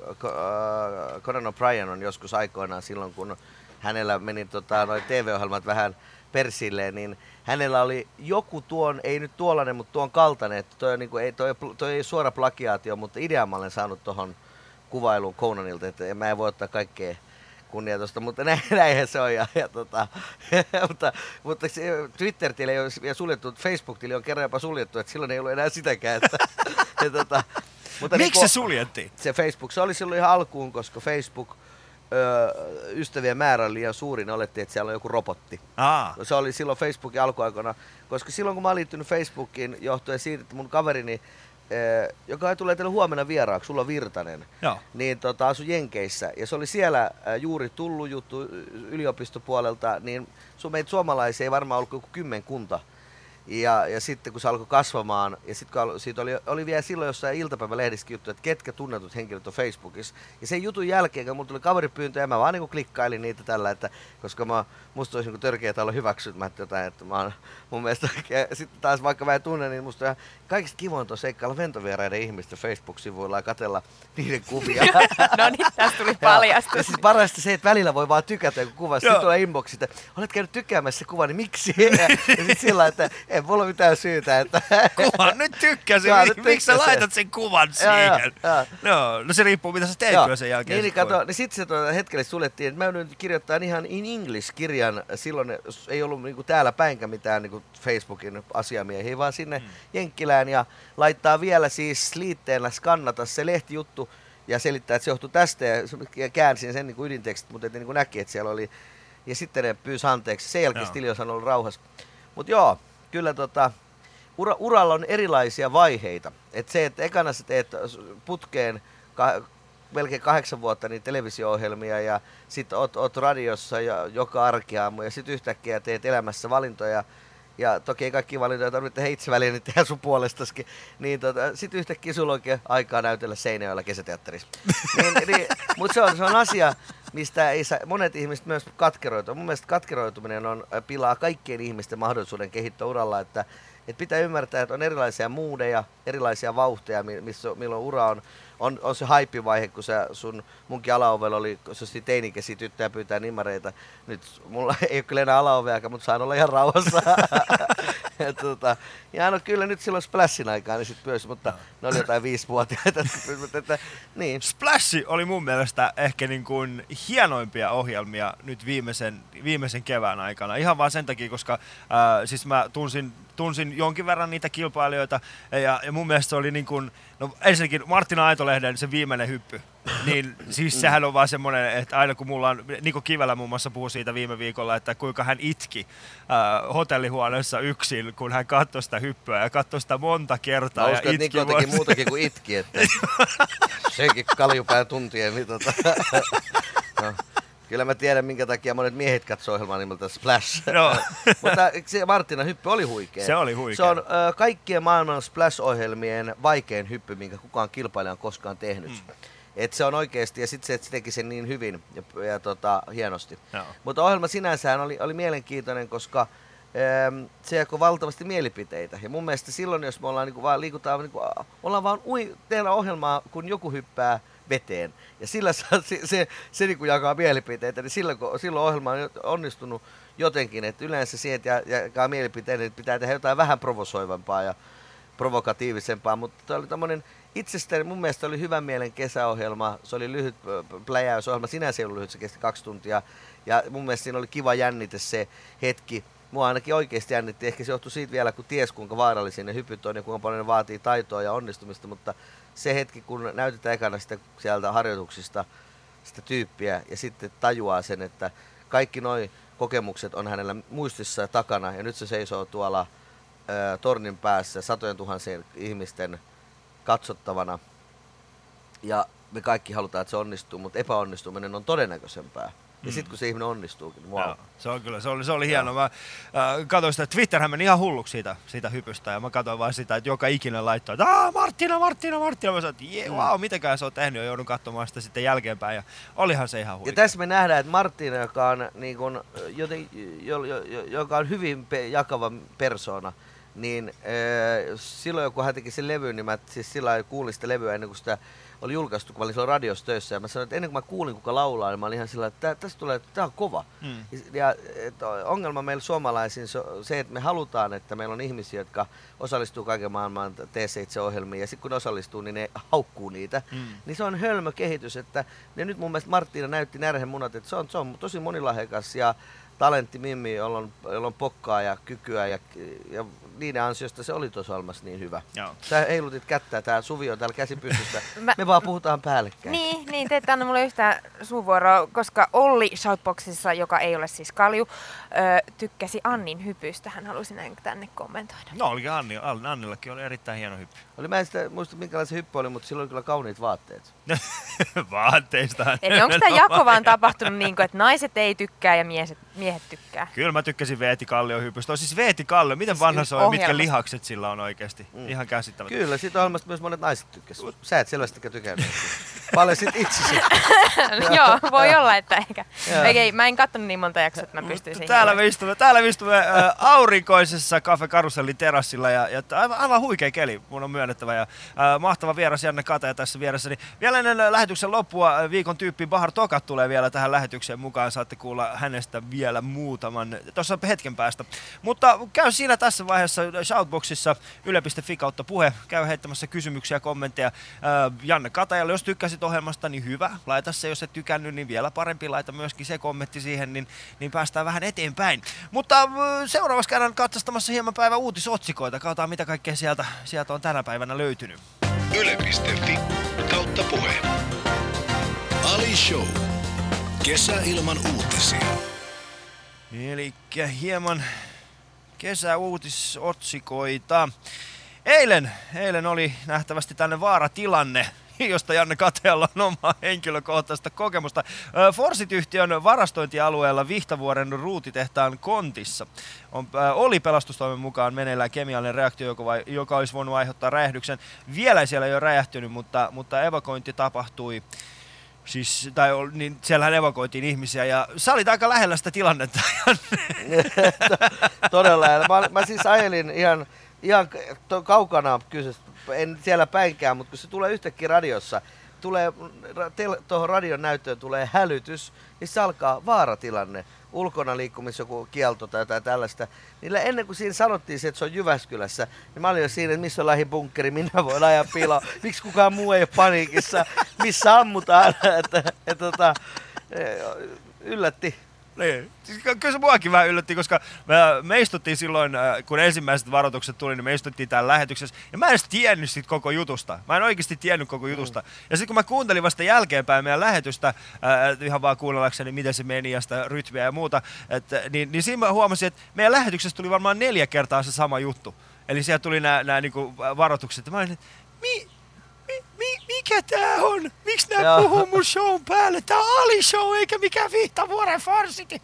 S5: Conan O'Brien on joskus aikoinaan silloin, kun hänellä meni tota, noi T V-ohjelmat vähän persilleen, niin hänellä oli joku tuon, ei nyt tuollainen, mutta tuon kaltainen, että toi, on, niin kuin, ei, toi, toi ei suora plagiaatio, mutta idean mä olen saanut tuohon kuvailuun Conanilta, että mä en voi ottaa kaikkea kunnioitusta, mutta näin, näinhän se on. Ja, ja, tota, mutta, mutta Twitter-tili ei ole vielä suljettu, Facebook-tili on kerran jopa suljettu, että silloin ei ollut enää sitäkään. Että, ja, tota, mutta
S2: miksi
S5: niin,
S2: se suljettiin?
S5: Se Facebook, se oli silloin ihan alkuun, koska Facebook Öö, ystävien määrä oli liian suuri, niin olettiin, että siellä on joku robotti.
S2: Aa.
S5: Se oli silloin Facebookin alkuaikoina, koska silloin kun mä olin liittynyt Facebookiin johtuen siitä, että mun kaverini, öö, joka tulee teille huomenna vieraaksi, sulla Virtanen,
S2: Joo.
S5: niin tota, asui Jenkeissä. Ja se oli siellä äh, juuri tullut juttu yliopistopuolelta, niin su- meitä suomalaisia ei varmaan ollut joku kymmenkunta. Ja, ja sitten kun se alkoi kasvamaan, ja sitten kun siitä oli, oli vielä silloin jossain iltapäivälehdissäkin juttu, että ketkä tunnetut henkilöt on Facebookissa. Ja sen jutun jälkeen, kun mulla tuli kaveripyyntö, ja mä vaan niin klikkailin niitä tällä, että koska mä, musta olisi niin törkeätä olla hyväksymättä jotain, että mä oon mun mielestä, ja sitten taas vaikka mä en tunne, niin musta on kaikista kivointa on seikkailla ventovieraiden ihmisten Facebook-sivuilla ja katsella niiden kuvia.
S4: No niin, tästä tuli paljastus.
S5: Ja siis parasta se, että välillä voi vaan tykätä joku kuva, sitten tulee inboxista, että olet käynyt tykkäämässä se kuva, niin miksi? Ja, ja sitten sillä että ei mulla ole mitään syytä. Että
S2: kuvan nyt tykkäsin, miksi miksi sä laitat sen kuvan siihen? Ja, ja, no, no se riippuu mitä sä teet kyllä sen jälkeen.
S5: Niin, niin kato, niin sitten se tuota hetkellisesti suljettiin, että mä joudun kirjoittaa ihan in English-kirjan, silloin ei ollut niinku täällä päinkä mitään niinku Facebookin asiamiehiä, vaan sinne hmm. Jenkkilään ja laittaa vielä siis liitteenä skannata se lehtijuttu ja selittää, että se johtui tästä ja käänsin sen niinku ydintekstit, mutta että niinku näki, että siellä oli, ja sitten ne pyysi anteeksi, sen jälkeen Stili on sanonut ollut rauhassa. Mutta joo, kyllä tota, ura, uralla on erilaisia vaiheita. Et se, että ekana sä teet putkeen ka, melkein kahdeksan vuotta niin televisio-ohjelmia ja sit oot, oot radiossa ja joka arkiaamu ja sit yhtäkkiä teet elämässä valintoja. Ja toki ei kaikki valintoja tarvitse itse väliin niin tehdä sun puolestasikin. Niin tota, sit yhtäkkiä sulla on oikein aikaa näytellä Seinäjoella kesäteatterissa. niin, niin, mutta se on, se on asia, mistä ei saa, monet ihmiset myös katkeroitua. Mun mielestä katkeroituminen on, pilaa kaikkien ihmisten mahdollisuuden kehittyä uralla, että et pitää ymmärtää, että on erilaisia moodeja, erilaisia vauhteja, missä, milloin ura on. On, on se haippivaihe, kun sä, sun munkin alaovella oli, kun se teinikäsi tyttöjä pyytää nimareita. Nyt mulla ei ole kyllä enää alaoveakaan, mutta saan olla ihan rauhassa. ja, tota, ja no kyllä nyt silloin Splashin aikaa niin sit pyysi, mutta no. ne oli jotain viisivuotiaita. että, niin.
S2: Splash oli mun mielestä ehkä niin kuin hienoimpia ohjelmia nyt viimeisen, viimeisen kevään aikana. Ihan vaan sen takia, koska äh, siis mä tunsin tunsin jonkin verran niitä kilpailijoita, ja, ja mun mielestä se oli niin kuin, no ensinnäkin Martina Aitolehden se viimeinen hyppy, niin siis sehän on vaan semmoinen, että aina kun mulla on, Niko Kivelä muun muassa puhui siitä viime viikolla, että kuinka hän itki äh, hotellihuoneessa yksin, kun hän katsoi sitä hyppyä ja katsoi sitä monta kertaa.
S5: Mä
S2: ja
S5: uskon,
S2: itki.
S5: Niko teki muutakin kuin itki, että sekin kaljupää tuntien, niin tota, no. Kyllä mä tiedän, minkä takia monet miehet katsoo ohjelmaa nimeltä Splash.
S2: No.
S5: Mutta se Marttinan hyppy oli huikea.
S2: Se oli huikea.
S5: Se on ö, kaikkien maailman Splash-ohjelmien vaikein hyppy, minkä kukaan kilpailija on koskaan tehnyt. Mm. Et se on oikeesti, ja sitten se, että se teki sen niin hyvin ja, ja tota, hienosti. No. Mutta ohjelma sinänsä oli, oli mielenkiintoinen, koska ö, se jakoi valtavasti mielipiteitä. Ja mun mielestä silloin, jos me ollaan niinku vaan liikutaan, niinku, ollaan vaan ui, tehdään ohjelmaa, kun joku hyppää veteen. Ja sillä se, se, se, se niin kuin jakaa mielipiteitä, niin silloin, silloin ohjelma on onnistunut jotenkin, että yleensä siihen, että jakaa mielipiteitä, että pitää tehdä jotain vähän provosoivampaa ja provokatiivisempaa, mutta tämä oli tämmöinen itsestään, mun mielestä oli hyvän mielen kesäohjelma, se oli lyhyt pläjäysohjelma, sinänsä ei ollut lyhyt, se kesti kaksi tuntia, ja mun mielestä siinä oli kiva jännite se hetki. Mua ainakin oikeasti jännitti, ehkä se johtui siitä vielä, kun ties kuinka vaarallisia ne hypyt on ja kuinka paljon ne vaatii taitoa ja onnistumista, mutta se hetki, kun näytetään ekana sitä sieltä harjoituksista sitä tyyppiä ja sitten tajuaa sen, että kaikki nuo kokemukset on hänellä muistissa ja takana ja nyt se seisoo tuolla ä, tornin päässä satojen tuhansien ihmisten katsottavana ja me kaikki halutaan, että se onnistuu, mutta epäonnistuminen on todennäköisempää. Ja sitten kun se ihminen onnistuukin, niin wow.
S2: Joo, se on kyllä, se oli, se oli hieno. Mä äh, katsoin sitä, Twitterhän meni ihan hulluksi siitä, siitä hypystä ja mä katsoin vaan sitä, että joka ikinen laittoi, että aah, Marttina, Marttina, Marttina. Mä sanoin, että jee, wow, mitäkään se on tehnyt ja joudun katsomaan sitä sitten jälkeenpäin ja olihan se ihan huikea.
S5: Ja tässä me nähdään, että Marttina, joka on, niin kun, joten, jo, jo, jo, joka on hyvin pe- jakava persoona, niin äh, silloin kun hän teki sen levyn, niin mä siis sillä kuulin sitä levyä ennen kuin sitä oli julkaistu, kun mä olin silloin radiossa töissä, ja mä sanoin, että ennen kuin mä kuulin, kuka laulaa, niin mä olin ihan sillä, että tästä tulee, tää on kova. Mm. Ja et, ongelma meillä suomalaisiin on se, että me halutaan, että meillä on ihmisiä, jotka osallistuu kaiken maailman T seitsemän-ohjelmiin, ja sitten kun ne osallistuu, niin ne haukkuu niitä. Mm. Niin se on hölmö kehitys, että ja nyt mun mielestä Marttina näytti närhemunat, että se on, se on tosi monilahjakas ja talentti Mimmi, jolla on, jolla on pokkaa ja kykyä ja, ja niiden ansiosta se oli tuossa ohjelmassa niin hyvä. Joo. Sä heilutit kättä, tää Suvi on täällä käsi pystyssä. Mä... Me vaan puhutaan päällekkäin.
S4: Niin, niin te ette anna mulle yhtään suuvuoroa, koska Olli Shoutboxissa, joka ei ole siis Kalju, ö, tykkäsi Annin hypystä. Hän halusi näin tänne kommentoida.
S2: No olikin Anni, Annillakin oli erittäin hieno hyppy.
S5: Oli, mä en sitä muista minkälainen hyppy oli, mutta sillä oli kyllä kauniit vaatteet.
S2: Vaatteista.
S4: Eli onko tämä jako vaan tapahtunut niin kuin, että naiset ei tykkää ja miehet, miehet tykkää?
S2: Kyllä mä tykkäsin Veeti Kallion hypystä. On siis Veeti Kallio, miten vanha se on, mitkä lihakset sillä on oikeasti. Mm. Ihan käsittämätöntä.
S5: Kyllä, siitä ohjelmasta myös monet naiset tykkäsivät. Sä et selvästikään tykännyt. Palesit itsesi.
S4: Joo, voi olla, että ehkä. Okei, mä en katsonut niin monta jaksoa, että mä pystyisin.
S2: Täällä me istumme, täällä me istumme äh, aurinkoisessa Cafe Karusellin terassilla ja, ja aivan, aivan huikea keli, mun on myönnettävä. Ja, äh, mahtava vieras Janne Kataja tässä vieressäni. Vielä ennen lähetyksen loppua viikon tyyppi Bahar Tokat tulee vielä tähän lähetykseen mukaan. Saatte kuulla hänestä vielä muutaman tuossa hetken päästä. Mutta käy siinä tässä vaiheessa Shoutboxissa yle piste fi kautta puhe. Käy heittämässä kysymyksiä ja kommentteja äh, Janne Katajalle. Jos tykkäsit ohjelmasta, niin hyvä. Laita se, jos et tykännyt, niin vielä parempi. Laita myöskin se kommentti siihen, niin, niin päästään vähän eteenpäin. Mutta äh, seuraavaksi käydään katsastamassa hieman päivän uutisotsikoita. Katsotaan, mitä kaikkea sieltä, sieltä on tänä päivänä löytynyt.
S3: yle piste fi kautta puhe. Ali Show. Kesä ilman uutisia.
S2: Elikkä hieman kesäuutisotsikoita. Eilen, eilen oli nähtävästi tänne vaaratilanne, josta Janne Katajalla on omaa henkilökohtaista kokemusta. Forsit-yhtiön varastointialueella Vihtavuoren ruutitehtaan kontissa on, äh, oli pelastustoimen mukaan meneillään kemiallinen reaktio, joka, vai, joka olisi voinut aiheuttaa räjähdyksen. Vielä siellä ei ole räjähtynyt, mutta, mutta evakuointi tapahtui. Siis, tai niin siellähän evakuoitiin ihmisiä ja sä olit aika lähellä sitä tilannetta.
S5: Todella. Mä, mä siis ajelin ihan, ihan kaukana, kyllä, en siellä päinkään, mutta kun se tulee yhtäkkiä radiossa, tulee tuohon radion näyttöön tulee hälytys, niin se alkaa vaaratilanne. Ulkona liikkumis joku kielto tai jotain tällaista. Niillä ennen kuin siinä sanottiin se, että se on Jyväskylässä, niin mä olin jo siinä, että missä on lähibunkkeri, minä voin ajaa piiloon. Miksi kukaan muu ei ole paniikissa, missä ammutaan, että, että, että yllätti.
S2: Niin. Kyllä se muakin vähän yllätti, koska me, me istuttiin silloin, kun ensimmäiset varoitukset tuli, niin me istuttiin täällä lähetyksessä. Ja mä en edes tiennyt siitä koko jutusta. Mä en oikeasti tiennyt koko jutusta. Mm. Ja sitten kun mä kuuntelin vasta jälkeenpäin meidän lähetystä, äh, ihan vaan kuunnellakseni, miten se meni ja sitä rytmiä ja muuta, et, niin, niin siinä mä huomasin, että meidän lähetyksessä tuli varmaan neljä kertaa se sama juttu. Eli siellä tuli nämä niinku varoitukset. Ja mä olin, että mi, mi, mi, mikä tää on? Miksi nää puhuu mun shown päälle? Tää on Ali Show eikä mikään Vihtavuoren farsi.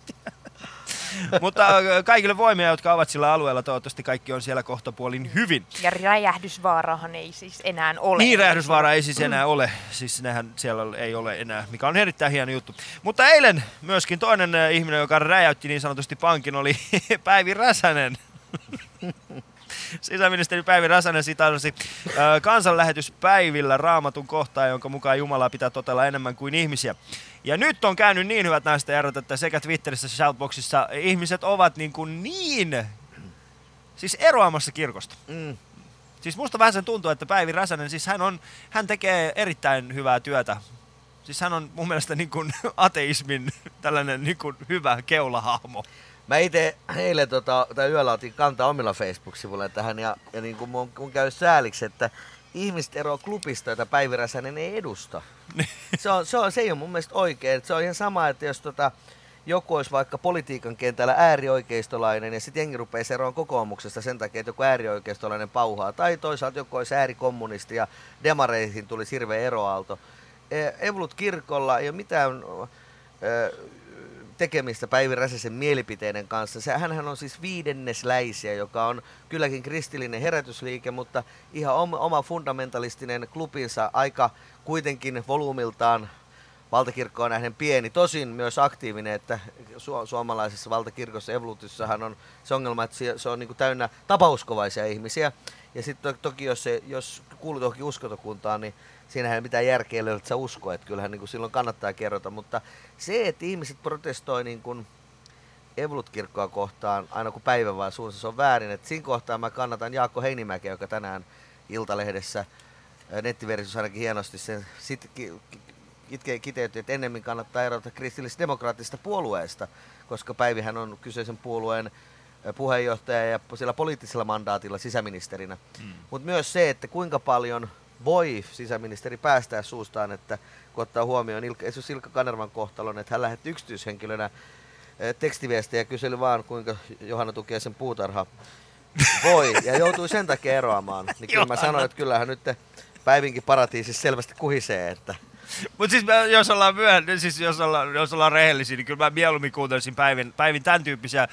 S2: Mutta kaikille voimia, jotka ovat sillä alueella, toivottavasti kaikki on siellä kohtapuolin hyvin.
S4: Ja räjähdysvaarahan ei siis enää ole.
S2: Niin, räjähdysvaara ei siis enää ole. Siis nehän siellä ei ole enää, mikä on erittäin hieno juttu. Mutta eilen myöskin toinen ihminen, joka räjäytti niin sanotusti pankin, oli Päivi Räsänen. Sisäministeri Päivi Räsänen sitaasi äh, kansanlähetyspäivillä Raamatun kohtaa, jonka mukaan Jumalaa pitää totella enemmän kuin ihmisiä. Ja nyt on käynyt niin hyvät naiset ja herrat, että sekä Twitterissä että Shoutboxissa ihmiset ovat niin, kuin niin siis eroamassa kirkosta. Mm. Siis musta vähän sen tuntuu, että Päivi Räsänen, siis hän, on, hän tekee erittäin hyvää työtä. Siis hän on mun mielestä niin kuin ateismin tällainen niin kuin hyvä keulahahmo.
S5: Mä itse eilen tota, tai yöllä otin kantaa omilla Facebook-sivuilla tähän ja, ja niin kuin mun, mun käy sääliksi, että ihmiset eroaa klubista, jota Päivi Räsänen ei edusta. Se, on, se, on, se ei ole mun mielestä oikein. Se on ihan sama, että jos tota, joku olisi vaikka politiikan kentällä äärioikeistolainen ja sitten jengi rupeaa eroon kokoomuksesta sen takia, että joku äärioikeistolainen pauhaa. Tai toisaalta joku olisi äärikommunisti ja demareihin tuli hirveä eroaalto. Evolut kirkolla ei ole mitään tekemistä Päivi Räsäsen mielipiteiden kanssa. Hänhän on siis viidennesläisiä, joka on kylläkin kristillinen herätysliike, mutta ihan oma fundamentalistinen klubinsa, aika kuitenkin volyymiltaan valtakirkkoon nähden pieni, tosin myös aktiivinen, että su- suomalaisessa valtakirkossa Evolutissahan on se ongelma, että se on niin kuin täynnä tapauskovaisia ihmisiä. Ja sitten to- toki jos, se, jos kuulut johonkin uskotokuntaan, niin siinähän ei mitään järkeä ole, että sä usko, että kyllähän niin kuin silloin kannattaa kerrota, mutta se, että ihmiset protestoi niin kuin Evolut-kirkkoa kohtaan aina kun päivän vaan suunsa, se on väärin. Että siinä kohtaa mä kannatan Jaakko Heinimäkeä, joka tänään Iltalehdessä nettiversiossa ainakin hienosti sen sit kiteytti, että ennemmin kannattaa erota kristillis-demokraattisesta puolueesta, koska Päivihän on kyseisen puolueen puheenjohtaja ja sillä poliittisella mandaatilla sisäministerinä. Mm. Mutta myös se, että kuinka paljon voi sisäministeri päästää suustaan, että kun ottaa huomioon Ilkka, esimerkiksi Ilkka Kanervan kohtalon, että hän lähetti yksityishenkilönä tekstiviestiä ja kyseli vaan, kuinka Johanna tukee sen puutarha voi, ja joutui sen takia eroamaan. Niin kyllä mä sanoin, että kyllähän nyt Päivinkin paratiisissa selvästi kuhisee, että
S2: mutta siis mä, jos ollaan myöhemmin, siis jos ollaan, jos ollaan rehellisiä, niin kyllä mä mieluummin kuuntelisin Päivin, Päivin tämän tyyppisiä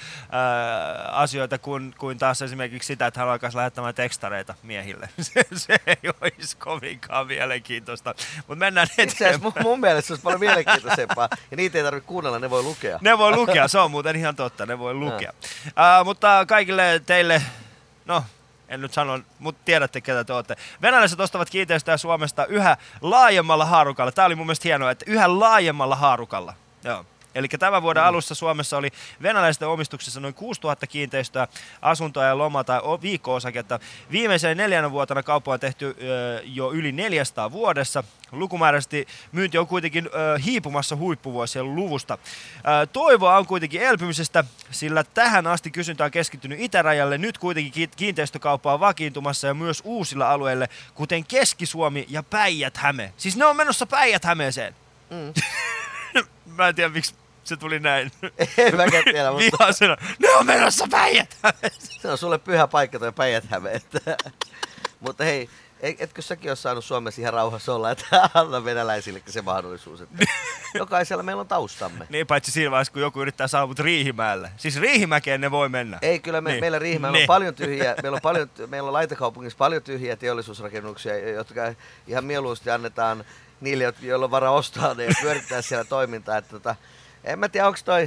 S2: ää, asioita kuin, kuin taas esimerkiksi sitä, että hän alkaisi lähettämään tekstareita miehille. Se, se ei olisi kovinkaan mielenkiintoista. Mutta mennään eteenpäin.
S5: Mun, mun mielestä se olisi paljon mielenkiintoisempaa. Ja niitä ei tarvitse kuunnella, ne voi lukea.
S2: Ne voi lukea, se on muuten ihan totta, ne voi lukea. Ää, mutta kaikille teille, no en nyt sano, mutta tiedätte ketä te olette. Venäläiset ostavat kiinteistöjä Suomesta yhä laajemmalla haarukalla. Tämä oli mun mielestä hienoa, että yhä laajemmalla haarukalla. Joo. Eli tämän vuoden mm. alussa Suomessa oli venäläisten omistuksessa noin kuusituhatta kiinteistöä, asuntoa ja loma- tai viikko-osaketta. Viimeisen neljänä vuotena kauppa on tehty ö, jo yli neljäsataa vuodessa. Lukumääräisesti myynti on kuitenkin ö, hiipumassa huippuvuosien luvusta. Ö, toivoa on kuitenkin elpymisestä, sillä tähän asti kysyntä on keskittynyt itärajalle. Nyt kuitenkin kiinteistökauppa on vakiintumassa ja myös uusilla alueille, kuten Keski-Suomi ja Päijät-Häme. Siis ne on menossa Päijät-Hämeeseen. Mm. Mä en tiedä, miksi se tuli näin.
S5: Ei mäkään tiedä, mutta
S2: Vihasena. Ne on menossa Päijät-Hämeeseen.
S5: Se on sulle pyhä paikka toi Päijät-Häme. Mutta hei, etkö säkin ole saanut Suomessa ihan rauhassa olla, että anna venäläisille se mahdollisuus, että jokaisella meillä on taustamme.
S2: Niin, paitsi siinä vaiheessa, kun joku yrittää saada mut Riihimäelle. Siis Riihimäkeen ne voi mennä.
S5: Ei, kyllä me, niin. meillä Riihimäellä niin. on paljon tyhjiä, meillä on, paljon, meillä on Laitakaupungissa paljon tyhjiä teollisuusrakennuksia, jotka ihan mieluusti annetaan niille, joilla on varaa ostaa ne ja pyörittää siellä toimintaa. Että tota, en mä tiedä, onko toi,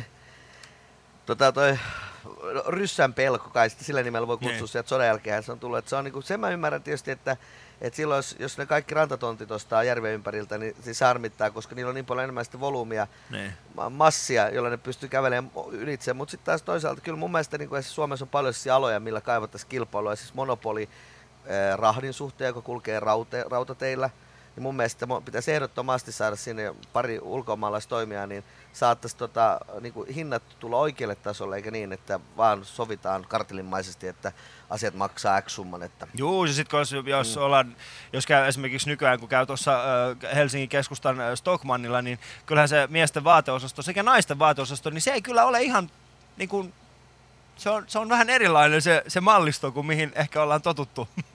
S5: tota, toi Ryssän pelko, kai sitä sillä nimellä voi kutsua sieltä sodan jälkeen, se on tullut. Että se on niinku, sen mä ymmärrän tietysti, että et silloin jos, jos ne kaikki rantatontit ostaa järven ympäriltä, niin siis harmittaa, koska niillä on niin paljon enemmän sitä volyymia, ne. massia, jolla ne pystyy kävelemään ylitse. Mutta sitten taas toisaalta kyllä mun mielestä niin Suomessa on paljon aloja, millä kaivattaisiin kilpailua. Siis monopoli äh, rahdin suhteen, joka kulkee raute, rautateillä. Niin mun mielestä pitäisi ehdottomasti saada sinne pari ulkomaalaistoimijaa, niin saattaisi tota, niin kuin hinnat tulla oikealle tasolle, eikä niin, että vaan sovitaan kartellinmaisesti, että asiat maksaa X summan. Että
S2: Juu, ja sitten jos, jos, mm. ollaan, jos käy esimerkiksi nykyään, kun käy tuossa äh, Helsingin keskustan äh, Stockmannilla, niin kyllähän se miesten vaateosasto sekä naisten vaateosasto, niin se ei kyllä ole ihan, niin kuin, se, on, se on vähän erilainen se, se mallisto kuin mihin ehkä ollaan totuttu.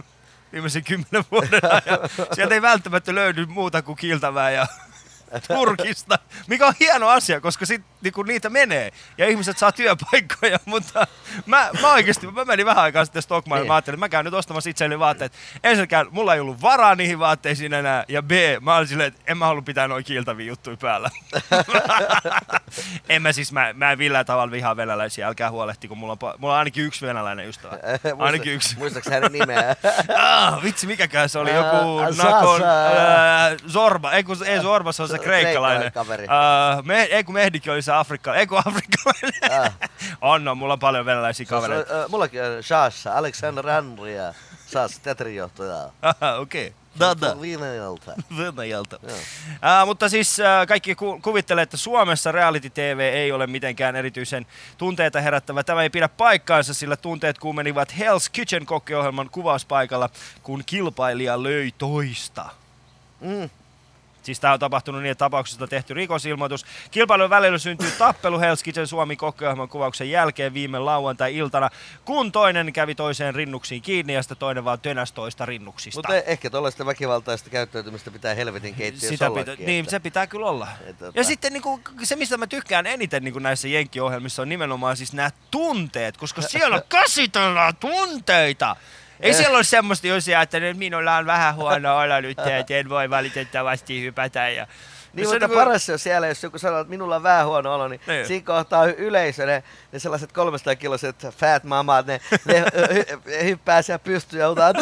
S2: viimeisen kymmenen vuoden ajan. Sieltä ei välttämättä löydy muuta kuin kiiltävää ja Turkista, mikä on hieno asia, koska sit niinku niitä menee ja ihmiset saa työpaikkoja, mutta mä, mä oikeesti, mä menin vähän aikaa sitten Stockmannin, niin. Mä ajattelin, että mä käyn nyt ostamassa itselleni vaatteet. Ensinnäkään mulla ei ollut varaa niihin vaatteisiin enää, ja B, mä olin silleen, että en mä halua pitää noin kiiltäviä juttuja päällä. en mä siis, mä, mä en millään tavalla vihaa venäläisiä, älkää huolehti, kun mulla on, mulla on ainakin yksi venäläinen ystävä. Ainakin yksi.
S5: Muistatko hänen nimeä?
S2: ah, vitsi, mikäkään se oli, joku Nakon, äh, Zorba, ei kun ei Zorba, se on se kreikkalainen. Uh, me, ei kun Mehdikin oli se afrikkalainen. Ei kun afrikkalainen. Ah. on, on, mulla on paljon venäläisiä kavereita.
S5: Uh, mullakin on Shasha, Aleksandr Andria, Shasha, teatterijohtaja.
S2: Okei. Okay. Dada.
S5: Venäjältä.
S2: Venäjältä. Uh, mutta siis uh, kaikki ku- kuvittelee, että Suomessa reality-T V ei ole mitenkään erityisen tunteita herättävä. Tämä ei pidä paikkaansa, sillä tunteet kuumenivat Hell's Kitchen-kokkiohjelman kuvauspaikalla, kun kilpailija löi toista. Mm. Siis tämä on tapahtunut niin, että tapauksesta on tehty rikosilmoitus. Kilpailun välillä syntyi tappelu Hell's Kitchen Suomi kokkiohjelman kuvauksen jälkeen viime lauantai-iltana, kun toinen kävi toiseen rinnuksiin kiinni ja sitten toinen vaan tönäsi toista rinnuksista.
S5: Mutta ehkä tuollaista väkivaltaista käyttäytymistä pitää helvetin keittiössä ollakin.
S2: Pitä, niin, se pitää kyllä olla. Että, ja sitten niin kuin, se, mistä mä tykkään eniten niin kuin näissä jenkkiohjelmissa on nimenomaan siis nämä tunteet, koska siellä käsitellään tunteita. Ei siellä ole semmoista josia, että minulla on vähän huono olo nyt, että en voi valitettavasti hypätä. Ja...
S5: Niin, mutta niin paras se on siellä, jos joku sanoo, että minulla on vähän huono olo, niin ne. Siinä kohtaa yleisö, ne, ne sellaiset kolmesataa kiloiset fat mamat, ne, ne hy, hyppää siellä pystyyn ja huutaa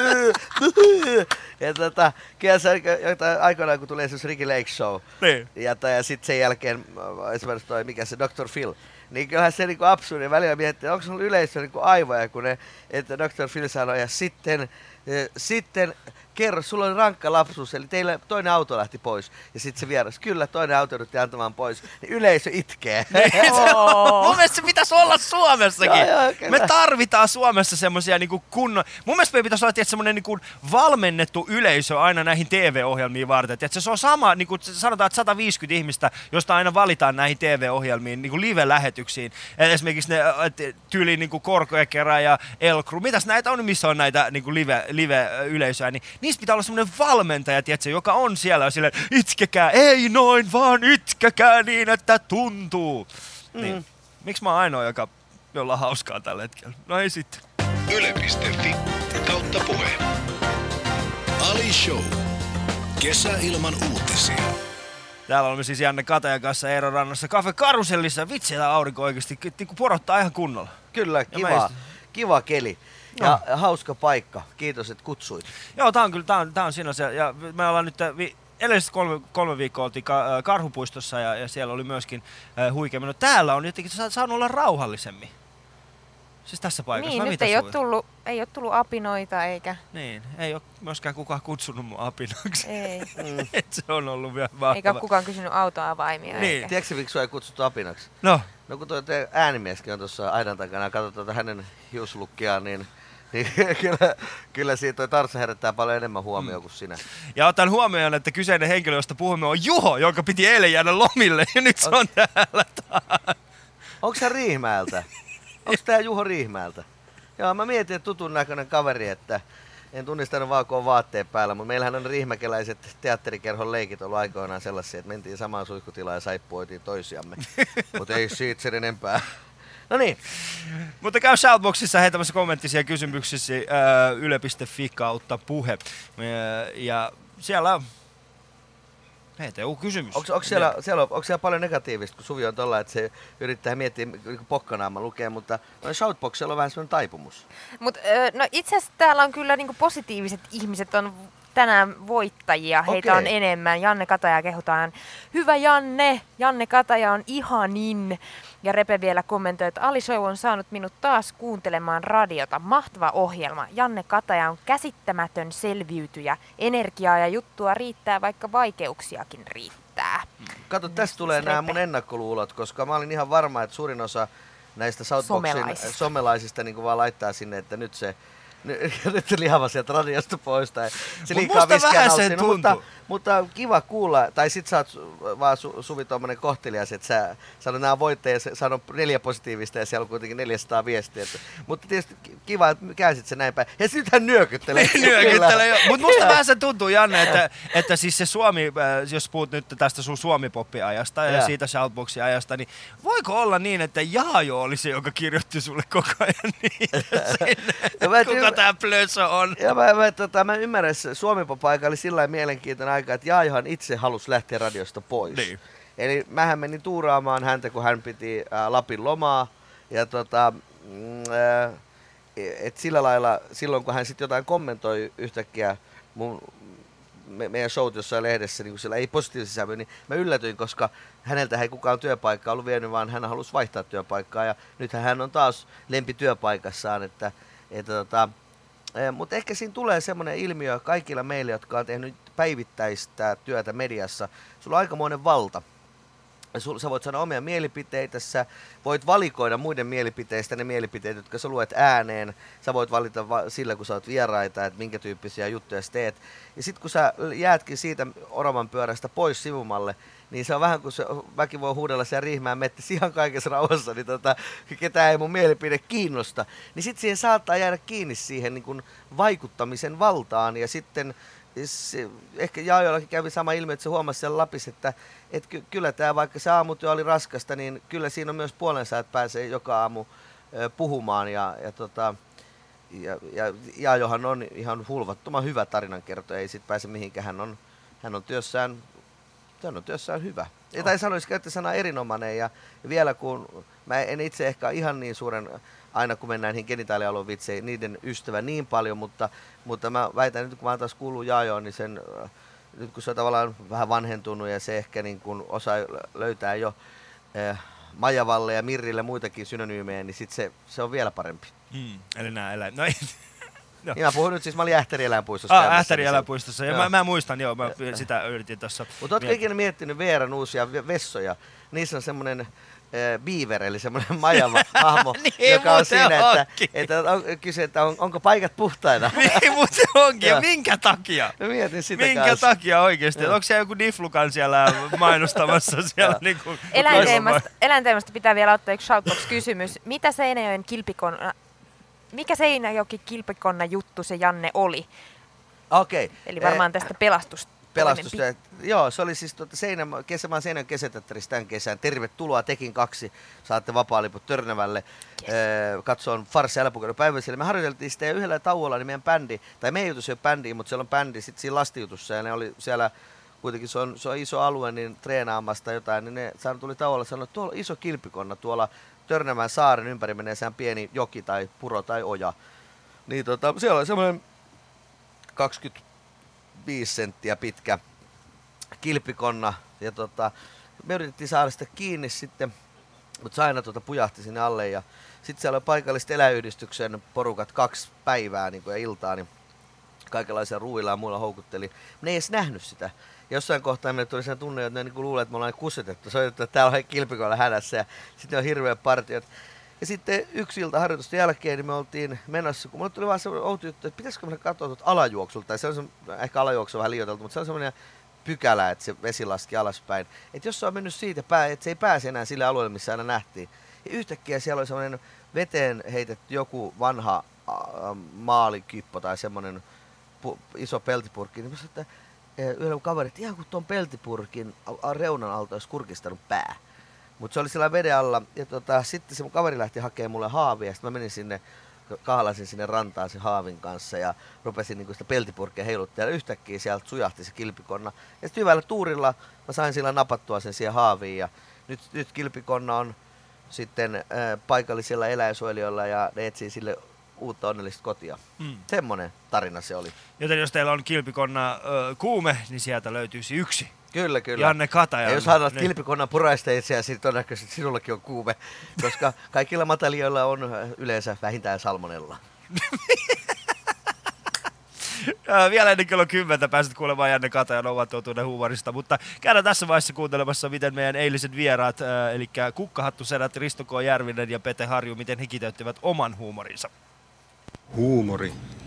S5: ja tota, kyllä se aikoinaan, kun tulee esimerkiksi Ricky Lake Show, ne. ja, ja sitten sen jälkeen esimerkiksi toi, mikä se doktor Phil, niin kyllähän se niinku absurdi välillä miettii, onko se ollut yleisö niinku aivoja, kun ne, että doktor Phil sanoi, ja sitten, ja sitten kerro, sulla oli rankka lapsuus, eli teillä toinen auto lähti pois, ja sitten se vieras, kyllä toinen auto yritti antamaan pois, niin yleisö itkee.
S2: oh. Mun mielestä se pitäisi olla Suomessakin. Joo, joo, me tarvitaan Suomessa semmoisia niinku kunnon, mun mielestä me pitäisi olla semmoinen niinku valmennettu yleisö aina näihin T V-ohjelmiin varten. Että se on sama, niinku sanotaan, että sata viisikymmentä ihmistä, josta aina valitaan näihin T V-ohjelmiin, niinku live-lähetyksiin. Esimerkiksi ne tyyliin niinku Korkoekera ja Elkru, mitäs näitä on, missä on näitä niinku live, live-yleisöä, niin niistä pitää olla semmoinen valmentaja, tiedätkö, joka on siellä ja silleen, itkekää, ei noin, vaan itkekää niin, että tuntuu. Mm. Niin. Miksi mä oon ainoa, joka, jolla on hauskaa tällä hetkellä? No ei sitten.
S3: Yle piste fi kautta puhe. Ali Show. Kesä ilman uutisia.
S2: Täällä olemme siis Janne Katajan kanssa Eero Rannassa Cafe Karusellissa. Vitsi, tää aurinko oikeesti porottaa ihan kunnolla.
S5: Kyllä, kiva, kiva keli. Ja no. Hauska paikka. Kiitos, että kutsuit.
S2: Joo, tää on kyllä, tää on, tää on siinä se. Ja me ollaan nyt, vi, edelliset kolme, kolme viikkoa oltiin ka, Karhupuistossa ja, ja siellä oli myöskin äh, huikea meno. Täällä on jotenkin saanut olla rauhallisemmin. Siis tässä paikassa.
S4: Niin,
S2: vai
S4: nyt ei ole, tullut, ei ole tullut apinoita eikä...
S2: Niin, ei ole myöskään kukaan kutsunut mun apinaksi.
S4: Ei.
S2: Mm. Se on ollut vielä mahtavaa.
S4: Eikä ole kukaan kysynyt autoavaimia.
S2: Niin.
S5: Tiedätkö, miksi sua ei kutsuttu apinaksi?
S2: No.
S5: No kun tuo äänimieskin on tuossa aidan takana ja katsoo tuota hänen hiuslukkiaan, niin... Niin kyllä, kyllä siitä toi Tarsa herättää paljon enemmän huomioon mm. kuin sinä.
S2: Ja otan huomioon, että kyseinen henkilö, josta puhumme, on Juho, joka piti eilen jäädä lomille ja nyt se on täällä taas.
S5: Onko se Riihimäeltä? Onko tää Juho Riihimäeltä? Joo, mä mietin, että tutun näköinen kaveri, että en tunnistanut vaan, kun on vaatteet päällä, mutta meillähän on riihimäkeläiset teatterikerhon leikit ollut aikoinaan sellaisia, että mentiin samaan suihkutilaan ja saippuoitiin toisiamme. Mutta ei siitä sen enempää. No niin.
S2: Mutta käy Shoutboxissa heitämässä kommenttisia kysymyksiä ää, yle piste fi kautta puhe. Ja, ja siellä on heitä joku kysymys.
S5: Onko, onko, siellä, siellä, onko siellä paljon negatiivista, kun Suvi on tolla, että se yrittää miettiä, niin pokkanaama lukee, mutta Shoutboxilla on vähän sellainen taipumus.
S4: Mut, no itse asiassa täällä on kyllä niinku positiiviset ihmiset on tänään voittajia, heitä okay. on enemmän. Janne Kataja kehutaan. Hyvä Janne, Janne Kataja on ihanin. Ja Repe vielä kommentoi, että Ali Show on saanut minut taas kuuntelemaan radiota. Mahtava ohjelma. Janne Kataja on käsittämätön selviytyjä. Energiaa ja juttua riittää, vaikka vaikeuksiakin riittää.
S5: Kato, tästä tulee nämä mun ennakkoluulot, koska mä olin ihan varma, että suurin osa näistä Shoutboxin somelaisista niin vaan laittaa sinne, että nyt se nyt lihava sieltä radiosta pois. Tai se
S2: Mut
S5: liikaa
S2: musta vähän
S5: nauttii.
S2: se
S5: No, mutta,
S2: tuntuu.
S5: mutta kiva kuulla, tai sit sä oot vaan Su, Suvi tommonen kohtelias, että sä sanot nämä voitteja, sano neljä positiivista ja siellä on kuitenkin neljäsataa viestiä. Että, mutta tietysti kiva, että käänsit se näin päin. Ja sit hän nyökyttelee.
S2: Nyökyttelee jo. Mutta musta vähän se tuntuu, Janne, että, että siis se Suomi, äh, jos puhut nyt tästä sun Suomi-poppi-ajasta ja, ja siitä Shoutboxin ajasta, niin voiko olla niin, että Jaajo oli se, joka kirjoitti sulle koko ajan niitä sinne, kuka tää Plösö on?
S5: Ja mä, mä, tota, mä ymmärrän, että Suomi-pop-aika oli sillä lailla mielenkiintoinen aika, että Jaajohan itse halusi lähteä radiosta pois.
S2: Niin.
S5: Eli mähän menin tuuraamaan häntä, kun hän piti ää, Lapin lomaa. Ja tota, mm, ää, et sillä lailla, silloin kun hän sitten jotain kommentoi yhtäkkiä mun, me, meidän showt jossain lehdessä, niin kun siellä ei positiivisesti sävy, niin mä yllätyin, koska häneltä ei kukaan työpaikkaa ollut vienyt, vaan hän halusi vaihtaa työpaikkaa. Ja nythän hän on taas lempityöpaikassaan, että, että tota, mutta ehkä siinä tulee semmoinen ilmiö kaikilla meillä, jotka on tehnyt päivittäistä työtä mediassa. Sulla on aikamoinen valta. Sä voit sanoa omia mielipiteitä, sä voit valikoida muiden mielipiteistä ne mielipiteet, jotka sä luet ääneen. Sä voit valita va- sillä, kun sä oot vieraita, että minkä tyyppisiä juttuja sä teet. Ja sit kun sä jäätkin siitä oravan pyörästä pois sivumalle, niin se on vähän kuin se väki voi huudella siellä Riihimäen mettässä ihan kaikessa rauhassa, niin tota, ketään ei mun mielipide kiinnosta. Niin sit siihen saattaa jäädä kiinni siihen niin kun vaikuttamisen valtaan ja sitten se, ehkä Jaajollakin kävi sama ilmiö, että se huomasi siellä Lapissa, että et ky- kyllä tämä, vaikka se aamutyö oli raskasta, niin kyllä siinä on myös puolensa, että pääsee joka aamu ö, puhumaan. Ja, ja, tota, ja, ja Jaajohan on ihan hulvattoman hyvä tarinankertoja, ei sit pääse mihinkään. Hän on, hän on työssään, hän on työssään hyvä. Ja tai sanoisi käyttää sanaa erinomainen. Ja, ja vielä kun mä en itse ehkä ihan niin suuren, aina kun mennään niihin genitaalialueen vitseihin, niiden ystävä niin paljon, mutta, mutta mä väitän nyt, kun mä oon taas kuullut Jaajoon, niin sen, nyt kun se on tavallaan vähän vanhentunut ja se ehkä niin kun osaa löytää jo eh, Majavalle ja Mirrille muitakin synonyymejä, niin sit se, se on vielä parempi.
S2: Hmm, eli nää eläin. No ei.
S5: No. Niin mä puhun nyt siis, mä olin Ähtärieläinpuistossa.
S2: Ah, Ähtärieläinpuistossa. Ja mä, mä muistan, joo, mä ja, sitä yritin tuossa.
S5: Mutta ootko ikinä miettinyt Veeran uusia vessoja? Niissä on semmoinen äh, beaver, eli semmoinen majava-hahmo,
S2: niin,
S5: joka on siinä, että, että on kyse, että on, onko paikat puhtaina.
S2: Niin, mutta se onkin. Ja minkä takia?
S5: Mä mietin sitä
S2: Minkä
S5: kanssa.
S2: takia oikeesti? Onko siellä joku Diflukan siellä mainostamassa siellä niinku...
S4: Eläinteemasta, eläinteemasta pitää vielä ottaa yksi Shoutbox-kysymys. Mitä Seinäjoen kilpikonna... Mikä Seinäjoki kilpikonna juttu se Janne oli?
S5: Okei. Okay.
S4: Eli varmaan tästä pelastusta.
S5: Pelastustyö. Joo, se oli siis tuota Seinä, kesä, mä Seinäjoen kesäteatterissa tämän kesän. Tervetuloa Tekin kaksi. Saatte vapaa-liput Törnävälle. Yes. Ee, katsoin Farssi Äläpukeuden päivällä. Me harjoiteltiin sitä ja yhdellä tauolla, niin meidän bändi, tai meidän jutus ei ole bändiä, mutta siellä on bändi sitten siinä lastijutussa. Ja ne oli siellä, kuitenkin se on, se on iso alue, niin treenaamasta jotain. Niin ne tuli tauolla ja sanoi, että tuolla on iso kilpikonna tuolla Törnävän saaren ympäri menee sehän pieni joki tai puro tai oja. Niin tota, siellä oli semmoinen kaksikymmentäviisi senttiä pitkä kilpikonna. Ja tota, me yritettiin saada sitä kiinni sitten, mutta se aina tuota pujahti sinne alle. Ja sitten siellä oli paikalliset eläinyhdistyksen porukat kaksi päivää niin kuin, ja iltaa, niin kaikenlaisia ruuilla ja muilla houkutteli. Ne ei edes nähnyt sitä. Jossain kohtaa meille tuli sen tunne, että ne niin luulee, että me ollaan kusetettu. Soitettu, että täällä on kilpikoilla hädässä ja sitten on hirveät partiot. Ja sitten yksi ilta harjoitusten jälkeen niin me oltiin menossa, kun mulle tuli vaan semmoinen outo juttu, että pitäisikö mennä katsoa tuota alajuoksulta. Tai se on se, ehkä alajuoksu on vähän liioiteltu, mutta se on semmoinen pykälä, että se vesi laski alaspäin. Että jos se on mennyt siitä päin, että se ei pääse enää sille alueelle, missä aina nähtiin. Ja yhtäkkiä siellä oli semmoinen veteen heitetty joku vanha äh, maalikippo tai semmoinen pu- iso peltipurkki. Niin mä sanoin, että yhdellä kaverit, ihan kuin tuon peltipurkin reunan alta olisi kurkistanut pää. Mutta se oli siellä veden alla. Ja tota, sitten se mun kaveri lähti hakemaan mulle haavia. Sitten mä menin sinne, kahlasin sinne rantaan sen haavin kanssa ja rupesin niinku sitä peltipurkkia heiluttaa. Ja yhtäkkiä sieltä sujahti se kilpikonna. Ja sitten hyvällä tuurilla mä sain sillä napattua sen siihen haaviin. Ja nyt, nyt kilpikonna on sitten äh, paikallisilla eläinsuojelijoilla ja ne etsii sille uutta onnellista kotia. Mm. Semmoinen tarina se oli.
S2: Joten jos teillä on kilpikonna ö, kuume, niin sieltä löytyisi yksi.
S5: Kyllä, kyllä.
S2: Janne Kataja.
S5: Ja jos haluat niin kilpikonna puraista itseäsi, niin todennäköisesti sinullakin on kuume, koska kaikilla matalioilla on yleensä vähintään salmonella.
S2: Vielä ennen kello kymmentä pääset kuulemaan Janne Katajan oman totuuden huumorista, mutta käydään tässä vaiheessa kuuntelemassa, miten meidän eiliset vieraat, eli Kukkahattusedät Risto K. Järvinen ja Pete Harju, miten he kiteyttivät oman huumorinsa.
S6: Huumori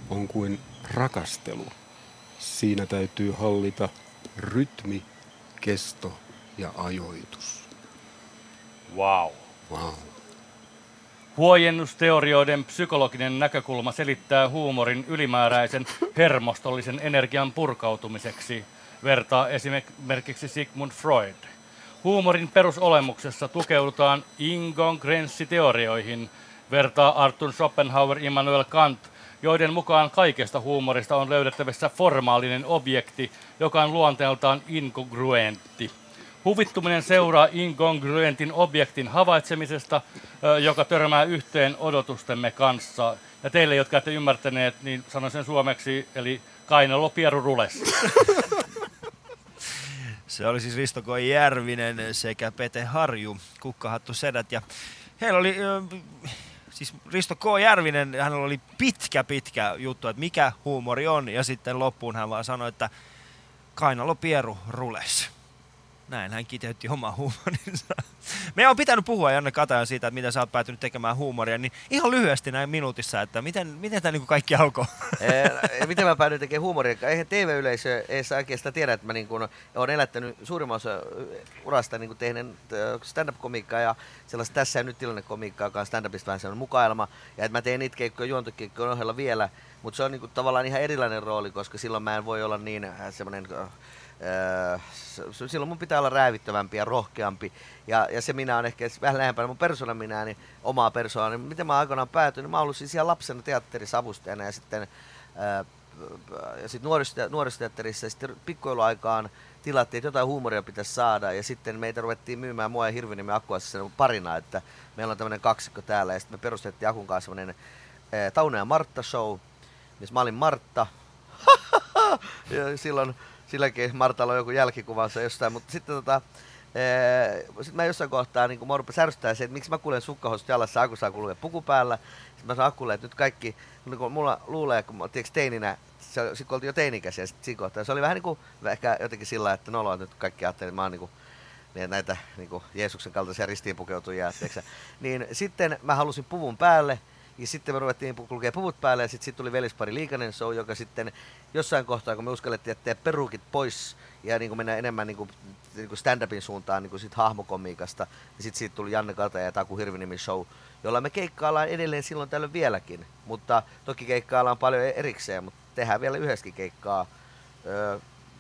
S6: on kuin rakastelu. Siinä täytyy hallita rytmi, kesto ja ajoitus.
S7: Wow.
S6: Wow.
S7: Huojennusteorioiden psykologinen näkökulma selittää huumorin ylimääräisen hermostollisen energian purkautumiseksi, vertaa esimerkiksi Sigmund Freud. Huumorin perusolemuksessa tukeudutaan inkongruenssiteorioihin, vertaa Arthur Schopenhauer Immanuel Kant, joiden mukaan kaikesta huumorista on löydettävissä formaalinen objekti, joka on luonteeltaan inkongruentti. Huvittuminen seuraa inkongruentin objektin havaitsemisesta, joka törmää yhteen odotustemme kanssa. Ja teille, jotka ette ymmärtäneet, niin sanon sen suomeksi, eli kainalopieru rules.
S2: Se oli siis Risto K. Järvinen sekä Pete Harju, Kukkahattu sedät. Ja heillä oli, siis Risto K. Järvinen, hänellä oli pitkä pitkä juttu, että mikä huumori on. Ja sitten loppuun hän vaan sanoi, että kainalopieru rules. Näin hän kiteytti omaa huumorinsa. Meidän on pitänyt puhua Janne Katajan siitä, että miten sä oot päätynyt tekemään huumoria, niin ihan lyhyesti näin minuutissa, että miten, miten tämä niin kaikki alkoi?
S5: Ee, miten mä päädyin tekemään huumoria? Eihän T V-yleisö ei saa oikeastaan tiedä, että mä niin kun olen elättänyt suurimman osa urasta niin tehneen stand-up-komiikkaa ja sellaista tässä ja nyt tilannekomiikkaa, joka on stand-upista vähän sellainen mukailma. Ja että mä teen niitä keikkoja juontokeikkojen ohella vielä, mutta se on niin kuin tavallaan ihan erilainen rooli, koska silloin mä en voi olla niin semmoinen... Öö, silloin mun pitää olla räävittävämpi ja rohkeampi. Ja, ja se minä on ehkä vähän lähempänä mun persoonan minä, niin omaa persoonaa. Niin miten mä aikanaan päätyin, niin mä oon ollut siis ihan lapsena teatterissa avustajana ja sitten öö, ja sit nuorisoteatterissa ja sitten pikkujouluaikaan tilattiin, että jotain huumoria pitäisi saada. Ja sitten meitä ruvettiin myymään mua ja Hirviniemen Akkuassa parina, että meillä on tämmöinen kaksikko täällä. Ja sitten me perustettiin Akun kanssa semmoinen öö, Tauno ja Martta show, missä mä olin Martta. Ja silloin silläkin Martalla on joku jälkikuvansa jostain, mutta sitten tota, sit mä jossain kohtaa niin mua rupesi ärsyttää se, että miksi mä kuulen sukkahousut jalassa, Aku saa kulkea puku päällä. Sitten mä sanon Akulle, että nyt kaikki, niin kun mulla luulee, kun mä tiiäks, teininä, sitten kun oltiin jo teinikäisiä sitten siinä kohtaa, se oli vähän niin kuin ehkä jotenkin sillä, että noloa nyt kaikki ajattelee, että mä oon niin kuin, niin näitä niin kuin Jeesuksen kaltaisia ristiin pukeutujia, niin sitten mä halusin puvun päälle. Ja sitten me ruvettiin kulkea puvut päälle ja sitten sit tuli Velispari Liikanen show, joka sitten jossain kohtaa, kun me uskallettiin jättää perukit pois ja niin kuin mennä enemmän niin kuin, niin kuin stand-upin suuntaan niin kuin sit hahmokomiikasta, niin sitten siitä tuli Janne Kataja ja Taku Hirviniemen show, jolla me keikkaillaan edelleen silloin tällöin vieläkin. Mutta toki keikkaillaan paljon erikseen, mutta tehdään vielä yhdessäkin keikkaa öö,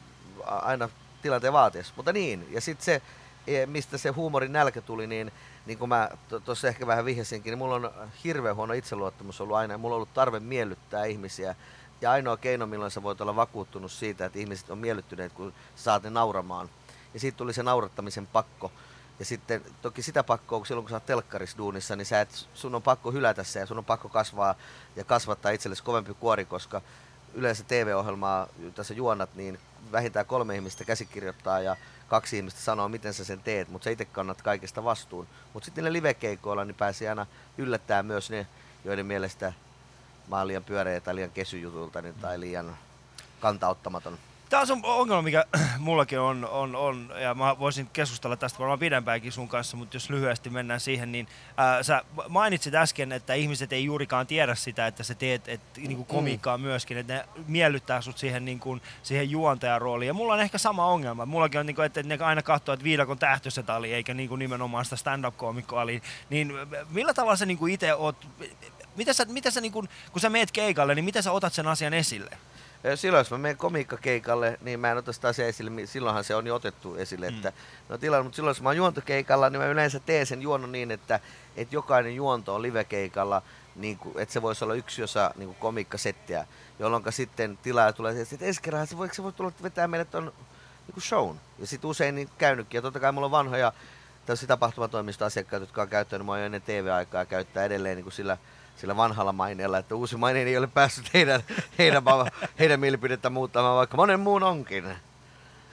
S5: aina tilanteen vaatiessa. Mutta niin, ja sitten se, mistä se huumorin nälkä tuli, niin niin kuin mä tuossa ehkä vähän vihjasinkin, niin mulla on hirveän huono itseluottamus ollut aina ja mulla on ollut tarve miellyttää ihmisiä. Ja ainoa keino, milloin sä voit olla vakuuttunut siitä, että ihmiset on miellyttyneet, kun saat ne nauramaan. Ja siitä tuli se naurattamisen pakko. Ja sitten toki sitä pakkoa, kun silloin kun sä oot telkkarissa duunissa, niin sä et, sun on pakko hylätä se ja sun on pakko kasvaa ja kasvattaa itsellesi kovempi kuori, koska yleensä T V-ohjelmaa, tässä juonat, niin vähintään kolme ihmistä käsikirjoittaa ja kaksi ihmistä sanoo, miten sä sen teet, mutta sä itse kannat kaikesta vastuun. Mutta sitten ne livekeikoilla niin pääsee aina yllättää myös ne, joiden mielestä mä oon liian pyöreä tai liian kesyjutulta niin, tai liian kantauttamaton.
S2: Tämä on se ongelma, mikä mullakin on, on, on, ja mä voisin keskustella tästä varmaan pidempäänkin sun kanssa, mutta jos lyhyesti mennään siihen, niin ää, sä mainitsit äsken, että ihmiset ei juurikaan tiedä sitä, että sä teet et, niin kuin komiikkaa myöskin, että ne miellyttää sut siihen, niin kuin, siihen juontajan rooliin. Ja mulla on ehkä sama ongelma. Mullakin on, niin kuin, että ne aina katsoo, että Viidakon tähtöset oli, eikä niin kuin nimenomaan sitä stand-up-koomikkoa oli. Niin millä tavalla sä niin kuin itse oot, mitä sä, mitä sä niin kuin, kun sä meet keikalle, niin miten sä otat sen asian esille?
S5: Silloin jos mä menen komiikkakeikalle, niin mä en ota sitä asiaa esille, silloinhan se on jo otettu esille. Mm. Että, no tilalla, mutta silloin jos mä oon juontokeikalla, niin mä yleensä teen sen juonnon niin, että, että jokainen juonto on livekeikalla, niin kuin, että se voisi olla yksi osa niin kuin komiikkasettiä, jolloin sitten tilaaja tulee, että ensi kerran se voi, se voi tulla vetää meille ton niin shown. Ja sitten usein niin käynytkin, ja totta kai mulla on vanhoja tällaisia tapahtumatoimistoasiakkaita, jotka on käyttänyt mua jo ennen T V-aikaa ja käyttää edelleen niin kuin sillä sillä vanhalla maineella, että uusi maine ei ole päässyt heidän, heidän, heidän mielipidettä muuttamaan, vaikka monen muun onkin.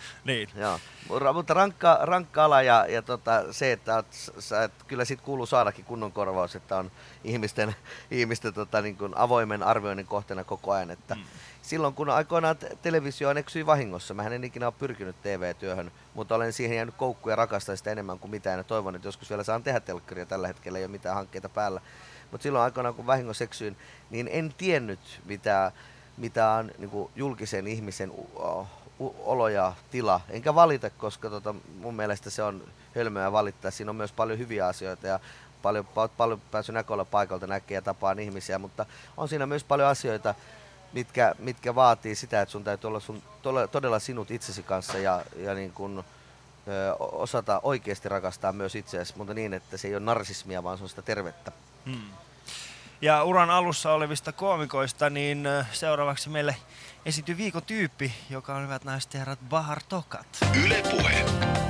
S2: Niin.
S5: Joo. Mutta rankka, rankka ala ja, ja tota, se, että oot, sä, et, kyllä siitä kuuluu saadakin kunnon korvaus, että on ihmisten, ihmisten tota, niin kuin avoimen arvioinnin kohteena koko ajan. Että mm. Silloin kun aikoinaan televisio eksyi vahingossa, mähän en ikinä ole pyrkinyt T V-työhön, mutta olen siihen jäänyt koukkuun ja rakastan sitä enemmän kuin mitään ja toivon, että joskus vielä saan tehdä telkkaria, tällä hetkellä ei ole mitään hankkeita päällä. Mutta silloin aikoinaan kun vahingossa eksyin, niin en tiennyt mitä, mitä on niin kuin julkisen ihmisen uh, olo ja tila, enkä valita, koska tota, mun mielestä se on hölmöä valittaa. Siinä on myös paljon hyviä asioita ja paljon, paljon päässyt näköillä paikalta näkee ja tapaan ihmisiä, mutta on siinä myös paljon asioita, mitkä, mitkä vaatii sitä, että sun täytyy olla sun, todella sinut itsesi kanssa ja, ja niin kun, ö, osata oikeasti rakastaa myös itseäsi, mutta niin, että se ei ole narsismia, vaan se on sitä tervettä.
S2: Hmm. Ja uran alussa olevista koomikoista, niin seuraavaksi meille esiintyy viikon tyyppi, joka on, hyvät naiset ja herrat, Bahar Tokat.
S3: Yle Puhe.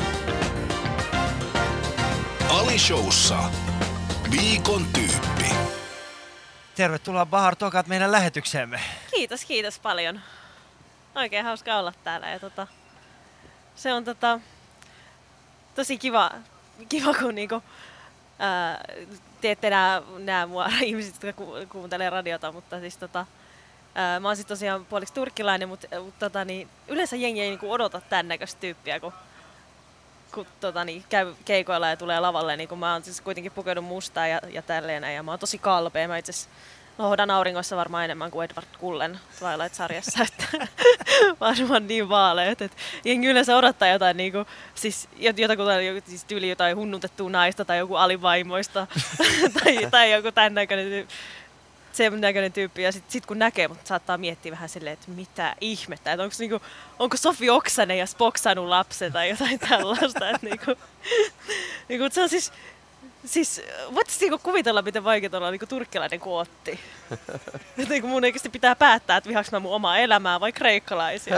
S3: Ali Showssa viikon tyyppi.
S2: Tervetuloa Bahar Tokat meidän lähetykseemme.
S8: Kiitos, kiitos paljon. Oikein hauska olla täällä ja tota, se on tota, tosi kiva, kiva kun niinku, ää, te ette nää, nää mua ihmiset, jotka ku, kuuntelee radiota, mutta siis tota, ää, mä oon sit tosiaan puoliksi turkkilainen, mutta mut, tota, niin, yleensä jengi ei niinku odota tän näköistä tyyppiä, kun, kun tota, niin, käy keikoilla ja tulee lavalle. Niin, kun mä oon siis kuitenkin pukeudun mustaa ja, ja tälleen, ja mä oon tosi kalpea. Mä itse asiassa lohdan auringossa varmaan enemmän kuin Edward Cullen Twilight-sarjassa, että varmaan niin vaaleet, että jengi yleensä odottaa jotain niinku, siis jotakuta, siis tyyli jotain hunnutettua naista tai joku alivaimoista tai, tai joku tämän näköinen, sen näköinen tyyppi, ja sitten sit kun näkee, mutta saattaa miettiä vähän silleen, että mitä ihmettä, että onko, niinku, onko Sofi Oksanen ja Spock saanut lapsen tai jotain tällaista, että niinku, niinku, se on siis, siis voitais niinku kuvitella, miten vaikeaa olla niinku turkkilainen kootti. Että niinku mun oikeasti pitää päättää, että vihaaks mä mun omaa elämää vai kreikkalaisia.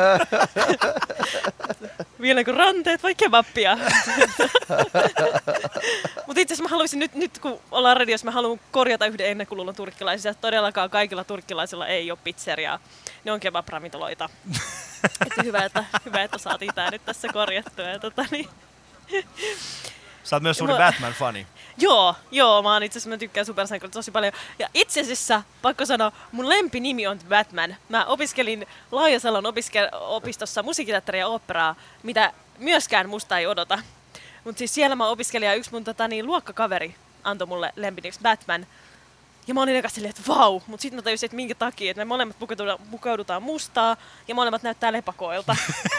S8: Vieläkö ranteet vai kebappia? Mutta itse asiassa mä haluaisin nyt, nyt kun ollaan radiossa, mä haluan korjata yhden ennenkulun turkkilaisia. Todellakaan kaikilla turkkilaisilla ei ole pizzeriaa. Ne on kebab-ravintoloita. Että hyvä, että, hyvä, että saatiin tää nyt tässä korjattua. Ja tota, niin.
S2: Sä oot myös suuri mä... Batman-fani.
S8: Joo, joo, mä oon itse asiassa, mä tykkään supersankarilta tosi paljon. Ja itse asiassa, pakko sanoa, mun lempinimi on Batman. Mä opiskelin Laajasalon opiske- opistossa musiikkiteatteria ja oopperaa, mitä myöskään musta ei odota. Mut siis siellä mä opiskelin ja yksi mun tota, niin, luokkakaveri antoi mulle lempiniksi Batman. Ja mä olin ekas silleen, että vau, mut sit mä tajusin, että minkä takia, että me molemmat pukeudutaan, pukeudutaan mustaa ja molemmat näyttää lepakoilta.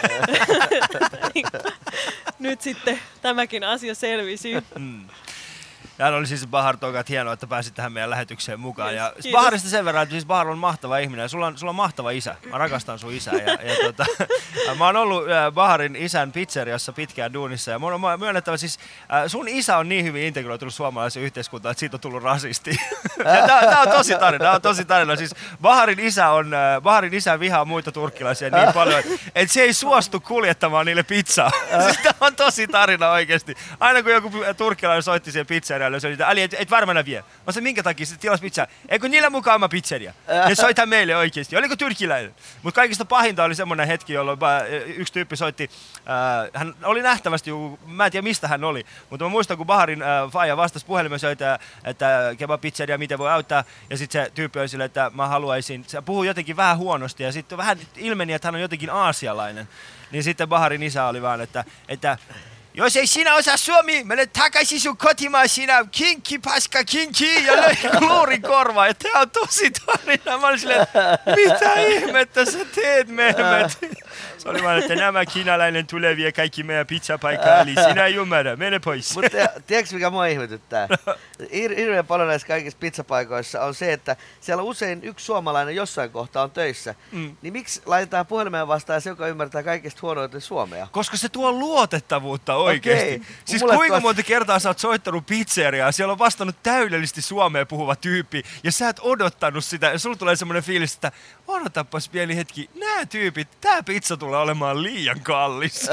S8: Nyt sitten tämäkin asia selvisi.
S2: Mm. Täällä oli siis Bahar Tokat, hienoa, että pääsit tähän meidän lähetykseen mukaan. Ja
S8: Kiitos.
S2: Baharista sen verran, että siis Bahar on mahtava ihminen ja sulla on, sulla on mahtava isä. Mä rakastan sun isää. Ja, ja tota, mä oon ollut äh, Baharin isän pizzeriassa pitkään duunissa ja mun on myönnettävä siis, äh, sun isä on niin hyvin integroitunut suomalaiseen yhteiskuntaan, että siitä on tullut rasisti. Tää, tää on tosi tarina, tää on tosi tarina. Siis Baharin isä, on, äh, Baharin isä vihaa muita turkkilaisia niin paljon, että se ei suostu kuljettamaan niille pizzaa. Siis tää on tosi tarina oikeesti. Aina kun joku turkkilainen soitti siihen pizzeriaan, se oli, Ali, et, et varmaan vie. Mä sanoin, minkä takia se tilasi pizzaa? Eikö niillä mukaan oma pizzeria? Ne soita meille oikeesti. Oliko turkilainen? Mutta kaikista pahinta oli semmoinen hetki, jolloin yksi tyyppi soitti. Äh, hän oli nähtävästi, mä en tiedä mistä hän oli, mutta mä muistan, kun Baharin äh, faija vastasi puhelimessa, että, että kebab pizzeria, miten voi auttaa. Ja sitten se tyyppi oli silleen, että mä haluaisin, se puhui jotenkin vähän huonosti ja sitten vähän ilmeni, että hän on jotenkin aasialainen. Niin sitten Baharin isä oli vaan, että, että jos ei sinä osaa suomi, mene takaisin sun kotimaan sinä, kinki, paska, kinki, ja löi luurin korvaan. Ja tää on tosi tarina. Mä olin silleen, mitä ihmettä sä teet, Mehmet? Se oli vaan, että nämä kiinalainen tulee vie kaikki meidän pizzapaikkaa, eli sinä ei ymmärrä, mene pois.
S5: Mutta tiedätkö mikä mua ihmetyttää? Hir- hirveän paljon näissä kaikissa pizzapaikoissa on se, että siellä usein yksi suomalainen jossain kohtaa on töissä. Mm. Niin miksi laitetaan puhelimeen vastaan se, joka ymmärtää kaikista huonoiten suomea?
S2: Koska se tuo luotettavuutta oikeesti. Okay. Siis
S5: Mulle
S2: kuinka
S5: tuos...
S2: monta kertaa sä oot soittanut pizzeriaa, siellä on vastannut täydellisesti suomea puhuva tyyppi, ja sä et odottanut sitä, ja sulla tulee semmoinen fiilis, että odotapas pieni hetki, nää tyypit, tää pizza tulee olemaan liian kallis.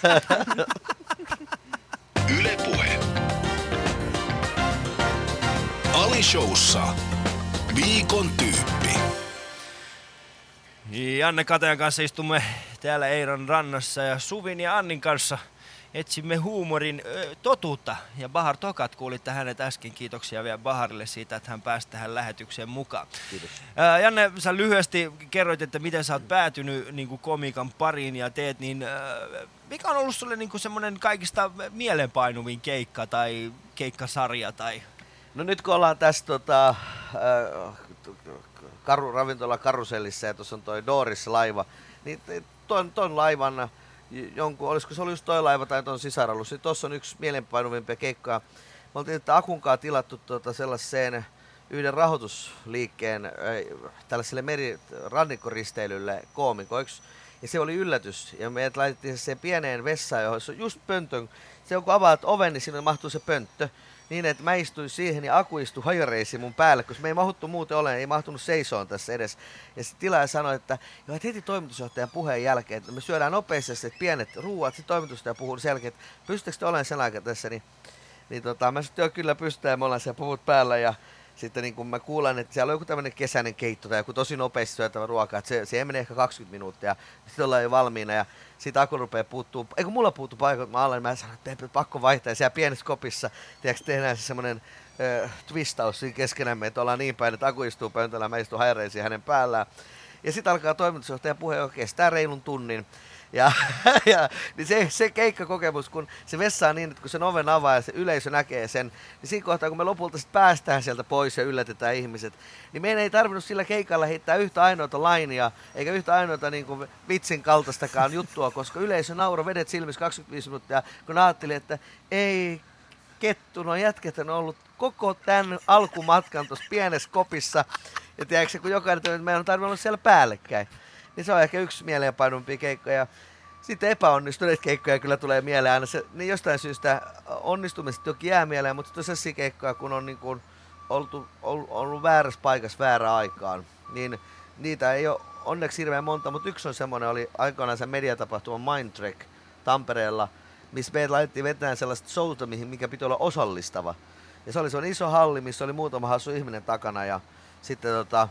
S3: Yle Puhe. Ali Showssa viikon tyyppi.
S2: Janne Katajan kanssa istumme täällä Eiran rannassa ja Suvin ja Annin kanssa etsimme huumorin ö, totuutta. Ja Bahar Tokat, kuulitte hänet äsken. Kiitoksia vielä Baharille siitä, että hän pääsi tähän lähetykseen mukaan.
S5: Kiitos.
S2: Ää, Janne, sä lyhyesti kerroit, että miten sä oot päätynyt niin kuin komiikan pariin ja teet, niin ää, mikä on ollut sulle niin kuin semmoinen kaikista mielenpainuvin keikka tai keikkasarja? Tai...
S5: No nyt kun ollaan tässä tota, äh, karu, ravintola Karusellissa ja tuossa on toi Doris-laiva, niin ton, ton laivan jonkun, olisiko se ollut just toi laiva tai ton sisaralus, niin tuossa on yksi mielenpainuvimpia keikkoja. Me oltiin että Akunkaan tilattu tota sellaiseen yhden rahoitusliikkeen äh, tällaiselle meri rannikkoristeilylle koomikoiksi. Ja se oli yllätys. Ja me laitettiin se pieneen vessaan, johon se on just pöntön. Se on kun avaat oven, niin sinne mahtuu se pönttö. Niin, että mä istuin siihen ja Aku istui hajareisiin mun päälle, koska me ei mahuttu muuten olemaan, ei mahtunut seisoon tässä edes. Ja sitten tilaaja sanoi, että, joo, että heti toimitusjohtajan puheen jälkeen, että me syödään nopeasti että pienet ruuat, sitten toimitusjohtaja puhuu sen jälkeen, että pystyttekö te olemaan sen aikaa tässä, niin, niin tota, mä sanoin, että kyllä pystytään ja me ollaan siellä puvut päällä ja sitten niin kun mä kuulen, että siellä on joku tämmöinen kesäinen keitto tai joku tosi nopeasti syötävä ruoka, että se, se menee ehkä kaksikymmentä minuuttia ja sitten ollaan jo valmiina ja sitten Aku rupeaa puuttuu, eikö mulla puuttuu paikat, mä olen, mä sanon, että pakko vaihtaa ja siellä pienessä kopissa, tiedätkö, tehdään se semmoinen äh, twistaus siinä keskenämme, että ollaan niin päin, että Aku istuu pöntöllä, mä istun hajareisiin hänen päällään ja sitten alkaa toimitusjohtajan puhe, joka kestää reilun tunnin. Ja, ja niin se, se keikkakokemus, kun se vessa on niin, että kun sen oven avaa ja se yleisö näkee sen, niin siinä kohtaa, kun me lopulta sit päästään sieltä pois ja yllätetään ihmiset, niin meidän ei tarvinnut sillä keikalla heittää yhtä ainoata lainia, eikä yhtä ainoata niin kuin vitsin kaltaistakaan juttua, koska yleisö nauroi vedet silmissä kaksikymmentäviisi minuuttia, kun ajatteli, että ei kettu, no jätket on ollut koko tämän alkumatkan tuossa pienessä kopissa, ja tiedätkö, kun jokainen että meidän on tarvinnut olla siellä päällekkäin. Niin se on ehkä yksi mieleenpainumpia keikkoja. Sitten epäonnistuneet keikkoja kyllä tulee mieleen aina. Se, niin jostain syystä onnistumiset toki jää mieleen, mutta sellaisia keikkoja, kun on niin kuin oltu, ollut, ollut väärässä paikassa väärään aikaan, niin niitä ei ole onneksi hirveän monta, mutta yksi on semmoinen, oli aikoinaan se mediatapahtuma Mindtrek Tampereella, missä meidät laitettiin vetään sellaista showta, mikä piti olla osallistava. Ja se oli sellainen iso halli, missä oli muutama hassu ihminen takana ja sitten tota,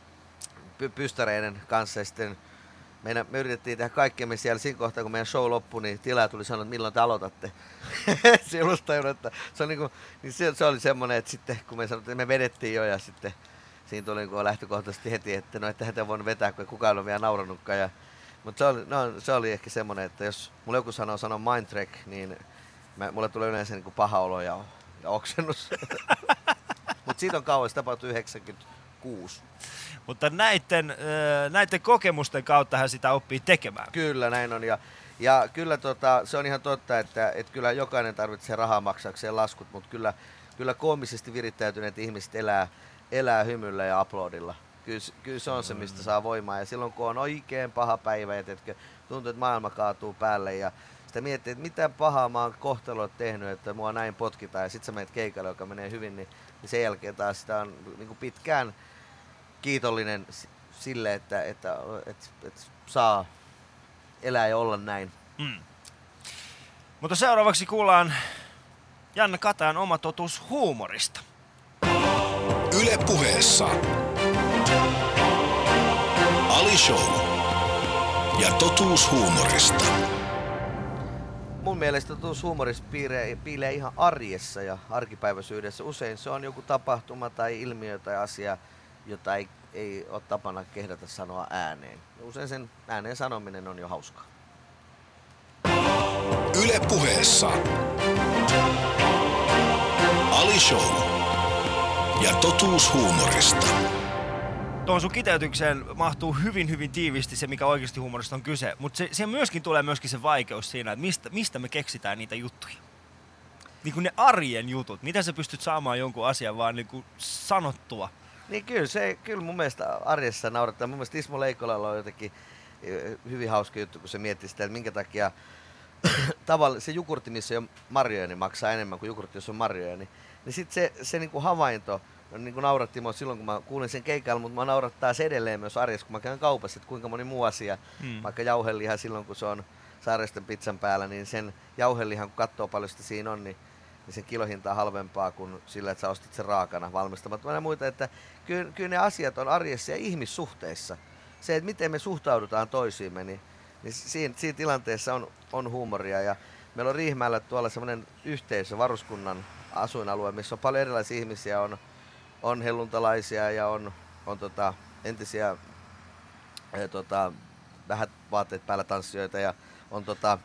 S5: pystäreiden kanssa ja sitten meidän, me yritettiin tehdä kaikkemme siellä. Siinä kohtaa, kun meidän show loppui, niin tilaaja tuli sanoa, että milloin te aloitatte. Silloin, että se, on niin kuin, niin se, se oli semmoinen, että sitten kun me sanottiin, että me vedettiin jo ja sitten siinä tuli niin lähtökohtaisesti heti, että no ettehän te voinut vetää, kun kukaan ei ole vielä nauranutkaan. Ja, mutta se oli, no, se oli ehkä semmoinen, että jos mulla joku sanoo sanoo Mindtrek, niin mä, mulle tulee yleensä niin kuin paha olo ja, ja oksennus. Mutta siitä on kauan, se tapahtui yhdeksänkymmentäkuusi.
S2: Mutta näiden, näiden kokemusten kauttahan sitä oppii tekemään.
S5: Kyllä, näin on. Ja, ja kyllä tota, se on ihan totta, että, että kyllä jokainen tarvitsee rahaa maksaakseen laskut, mutta kyllä, kyllä koomisesti virittäytyneet ihmiset elää, elää hymyllä ja aplodilla. Kyllä, kyllä se on se, mistä saa voimaa. Ja silloin, kun on oikein paha päivä ja teetkö, tuntuu, että maailma kaatuu päälle ja sitä miettii, että mitä pahaa mä oon kohtaloa tehnyt, että mua näin potkitaan ja sit sä menet keikalle, joka menee hyvin, niin, niin sen jälkeen taas sitä on niin kuin pitkään kiitollinen sille, että, että, että, että saa elää ja olla näin.
S2: Mm. Mutta seuraavaksi kuullaan Janne Katajan oma totuus huumorista.
S3: Yle Puheessa Ali Show ja totuus huumorista.
S5: Mun mielestä totuus huumorissa piilee, piilee ihan arjessa ja arkipäiväisyydessä. Usein se on joku tapahtuma tai ilmiö tai asia, jota ei, ei ole tapana kehdata sanoa ääneen. Usein sen ääneen sanominen on jo hauskaa.
S3: Yle Puheessa Ali Show ja totuus huumorista.
S2: Tuohon sun kiteytykseen mahtuu hyvin, hyvin tiiviisti se, mikä oikeasti huumorista on kyse. Mutta se, siihen myöskin tulee myöskin se vaikeus siinä, että mistä, mistä me keksitään niitä juttuja. Niin kuin ne arjen jutut. Miten sä pystyt saamaan jonkun asian vaan niin kuin sanottua?
S5: Niin kyllä, se, kyllä mun mielestä arjessa naurattaa. Mun mielestä Ismo Leikolalla on jotenkin hyvin hauska juttu, kun se miettii sitä, että minkä takia tavallaan se jogurtti, missä ei ole marjoja, niin maksaa enemmän kuin jogurtti, jos on marjoja. Niin, niin sitten se, se niin kuin havainto niin kuin nauratti mua silloin, kun mä kuulin sen keikalla, mutta mä naurattaa se edelleen myös arjessa, kun mä käyn kaupassa, että kuinka moni muu asia, hmm. vaikka jauheliha silloin, kun se on Saaristen pizzan päällä, niin sen jauhelihan, kun katsoo paljon sitä siinä on, niin, niin sen kilohinta on halvempaa kuin sillä, että sä ostit sen raakana valmistamatta. Ja muita, että kyllä, kyllä ne asiat on arjessa ja ihmissuhteissa. Se, että miten me suhtaudutaan toisiimme, niin Niin siinä, siinä tilanteessa on, on huumoria ja meillä on Riihimäellä tuolla semmoinen yhteisö, varuskunnan asuinalue, missä on paljon erilaisia ihmisiä, on, on helluntalaisia ja on, on tota, entisiä ja, tota, vähät vaatteet päällä tanssijoita ja on, tota,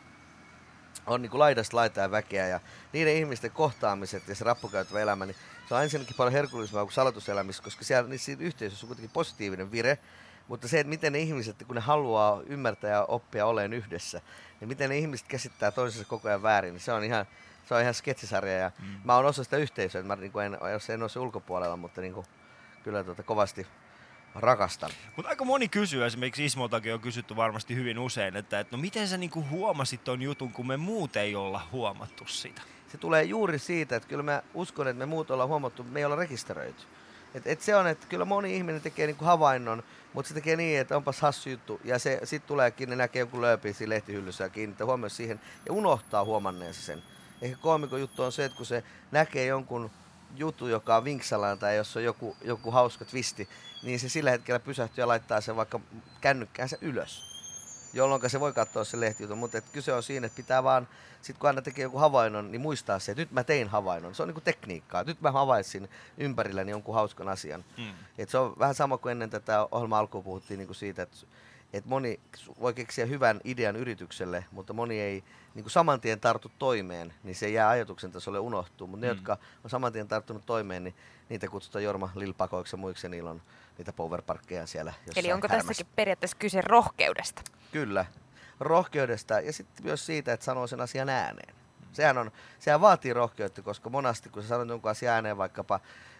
S5: on niin kuin laidasta laitaa väkeä ja niiden ihmisten kohtaamiset ja se rappukäytävä elämä, niin se on ensinnäkin paljon herkullisempaa kuin salatuselämissä, koska siellä niin siinä yhteisössä on kuitenkin positiivinen vire, mutta se, että miten ne ihmiset, kun ne haluaa ymmärtää ja oppia oleen yhdessä, niin miten ne ihmiset käsittää toisensa koko ajan väärin, niin se on ihan, se on ihan sketsisarja ja mm. mä oon osa sitä yhteisöä, mä niin en, jos en ole se ulkopuolella, mutta niin kuin, kyllä tuota, kovasti rakastan.
S2: Mutta aika moni kysyy, esimerkiksi Ismoltakin on kysytty varmasti hyvin usein, että, että no miten sä niinku huomasit ton jutun, kun me muut ei olla huomattu sitä?
S5: Se tulee juuri siitä, että kyllä mä uskon, että me muut ollaan huomattu, mutta me ei olla rekisteröity. Et, et se on, että kyllä moni ihminen tekee niinku havainnon, mutta se tekee niin, että onpas hassu juttu. Ja se sitten tuleekin, ne näkee jonkun lööpin siinä lehtihyllyssä ja kiinnittää huomioon siihen ja unohtaa huomanneensa sen. Ehkä koomikon juttu on se, että kun se näkee jonkun juttu, joka on vinksallaan tai jos on joku, joku hauska twisti, niin se sillä hetkellä pysähtyy ja laittaa sen vaikka kännykkäänsä ylös, jolloin se voi katsoa sen lehtijutun. Mutta kyse on siinä, että pitää vaan, sit kun aina tekee joku havainnon, niin muistaa se, että nyt mä tein havainnon. Se on niinku tekniikkaa. Nyt mä havaitsin ympärilläni jonkun hauskan asian. Mm. Et se on vähän sama kuin ennen tätä ohjelmaa alkuun puhuttiin niinku siitä, että et moni voi keksiä hyvän idean yritykselle, mutta moni ei niin saman tien tartu toimeen, niin se jää ajatuksen tasolle unohtuu. Mutta ne, mm. jotka on saman tien tarttunut toimeen, niin niitä kutsutaan Jorma Lilpakoiksi ja muiksi, ja niillä on niitä powerparkkeja siellä jossain.
S4: Eli onko
S5: härmässä.
S4: tässäkin periaatteessa kyse rohkeudesta?
S5: Kyllä, rohkeudesta ja sitten myös siitä, että sanoo sen asian ääneen. Sehän, on, sehän vaatii rohkeutta, koska monasti kun sä sanot jonkun asian ääneen, vaikkapa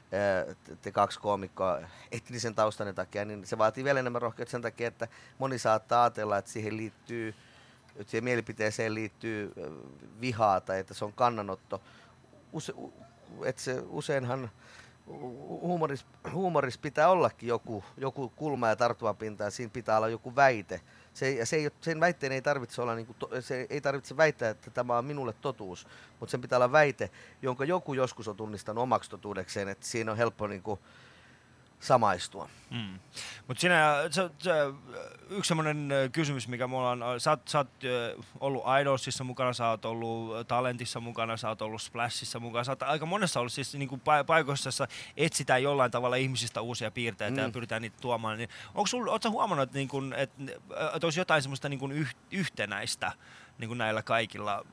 S5: te kaksi koomikkoa etnisen taustan takia, niin se vaatii vielä enemmän rohkeutta sen takia, että moni saattaa ajatella, että siihen liittyy, että siihen mielipiteeseen liittyy vihaa tai että se on kannanotto. Use, että se useinhan huumoris, huumoris pitää ollakin joku, joku kulma ja tarttuva pinta ja siinä pitää olla joku väite. Se, ja se ei, sen väitteen ei tarvitse olla, niin kuin, se ei tarvitse väittää, että tämä on minulle totuus, mutta sen pitää olla väite, jonka joku joskus on tunnistanut omaksi totuudekseen, että siinä on helppo niin kuin, samaistua. Mm.
S2: Mutta sinä, se, se, yksi semmoinen kysymys, mikä mulla on, sä oot, sä oot ollut Idolsissa mukana, sä oot ollut Talentissa mukana, sä oot ollut Splashissa mukana, sä oot aika monessa ollut siis niin kuin paikoissa, jossa etsitään jollain tavalla ihmisistä uusia piirteitä mm. ja pyritään niitä tuomaan. Niin onko sul, oot sä huomannut, että, niin kuin, että, että olisi jotain semmoista niin kuin yh, yhtenäistä niin kuin näillä kaikilla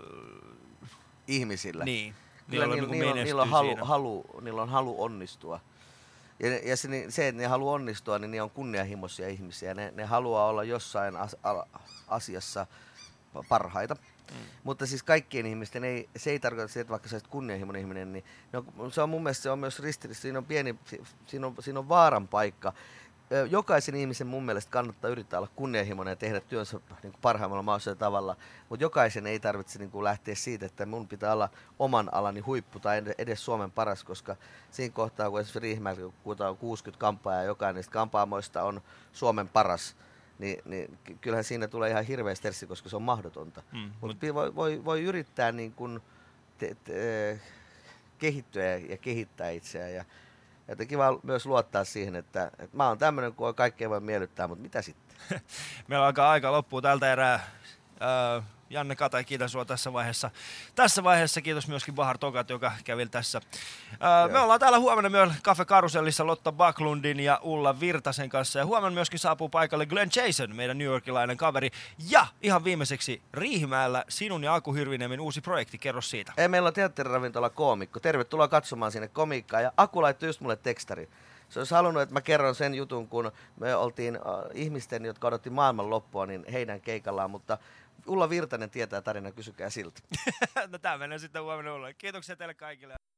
S5: ihmisillä?
S2: Niin.
S5: Kyllä niillä, niillä, niillä, niillä, on halu, halu, niillä on halu onnistua. Ja, ja se, se, että ne haluaa onnistua, niin ne on kunnianhimoisia ihmisiä. Ne, ne haluaa olla jossain as, a, asiassa parhaita. Mm. Mutta siis kaikkien ihmisten, ei, se ei tarkoita sitä, että vaikka sä olisit kunnianhimoinen ihminen, niin no, se on mun mielestä se on myös ristiriidassa. Siinä on pieni, siinä on, siinä on vaaran paikka. Jokaisen ihmisen mun mielestä kannattaa yrittää olla kunnianhimoinen ja tehdä työnsä niin kuin parhaimmalla mahdollisella tavalla, mutta jokaisen ei tarvitse niin kuin lähteä siitä, että mun pitää olla oman alani huippu tai edes Suomen paras, koska siinä kohtaa, kun esimerkiksi Riihimäellä on kuusikymmentä kampaajaa ja jokainen niistä kampaamoista on Suomen paras, niin, niin kyllähän siinä tulee ihan hirveä stressi, koska se on mahdotonta. Mm, mutta mut... voi, voi, voi yrittää niin kuin te, te, kehittyä ja kehittää itseään. Ja jotenkin vaan myös luottaa siihen, että, että mä oon tämmöinen, kun kaikkea voi miellyttää, mutta mitä sitten?
S2: Meillä alkaa aika loppua tältä erää. Öö, Janne Kata, kiitos sinua tässä vaiheessa. Tässä vaiheessa kiitos myöskin Bahar Tokat, joka kävi tässä. Öö, me ollaan täällä huomenna myös Cafe Karusellissa Lotta Backlundin ja Ulla Virtasen kanssa. Ja huomenna myöskin saapuu paikalle Glenn Jason, meidän New Yorkilainen kaveri. Ja ihan viimeiseksi Riihimäellä sinun ja Aku Hirviniemen uusi projekti. Kerro siitä.
S5: Ei, meillä on teatteriravintola Koomikko. Tervetuloa katsomaan sinne komiikkaa. Ja Aku laittoi just mulle tekstari. Se olisi halunnut, että mä kerron sen jutun, kun me oltiin äh, ihmisten, jotka odotti maailman loppua, niin heidän keikallaan, mutta Ulla Virtanen tietää tarinan, kysykää siltä.
S2: No tämä menee sitten huomenna Ulla. Kiitoksia teille kaikille.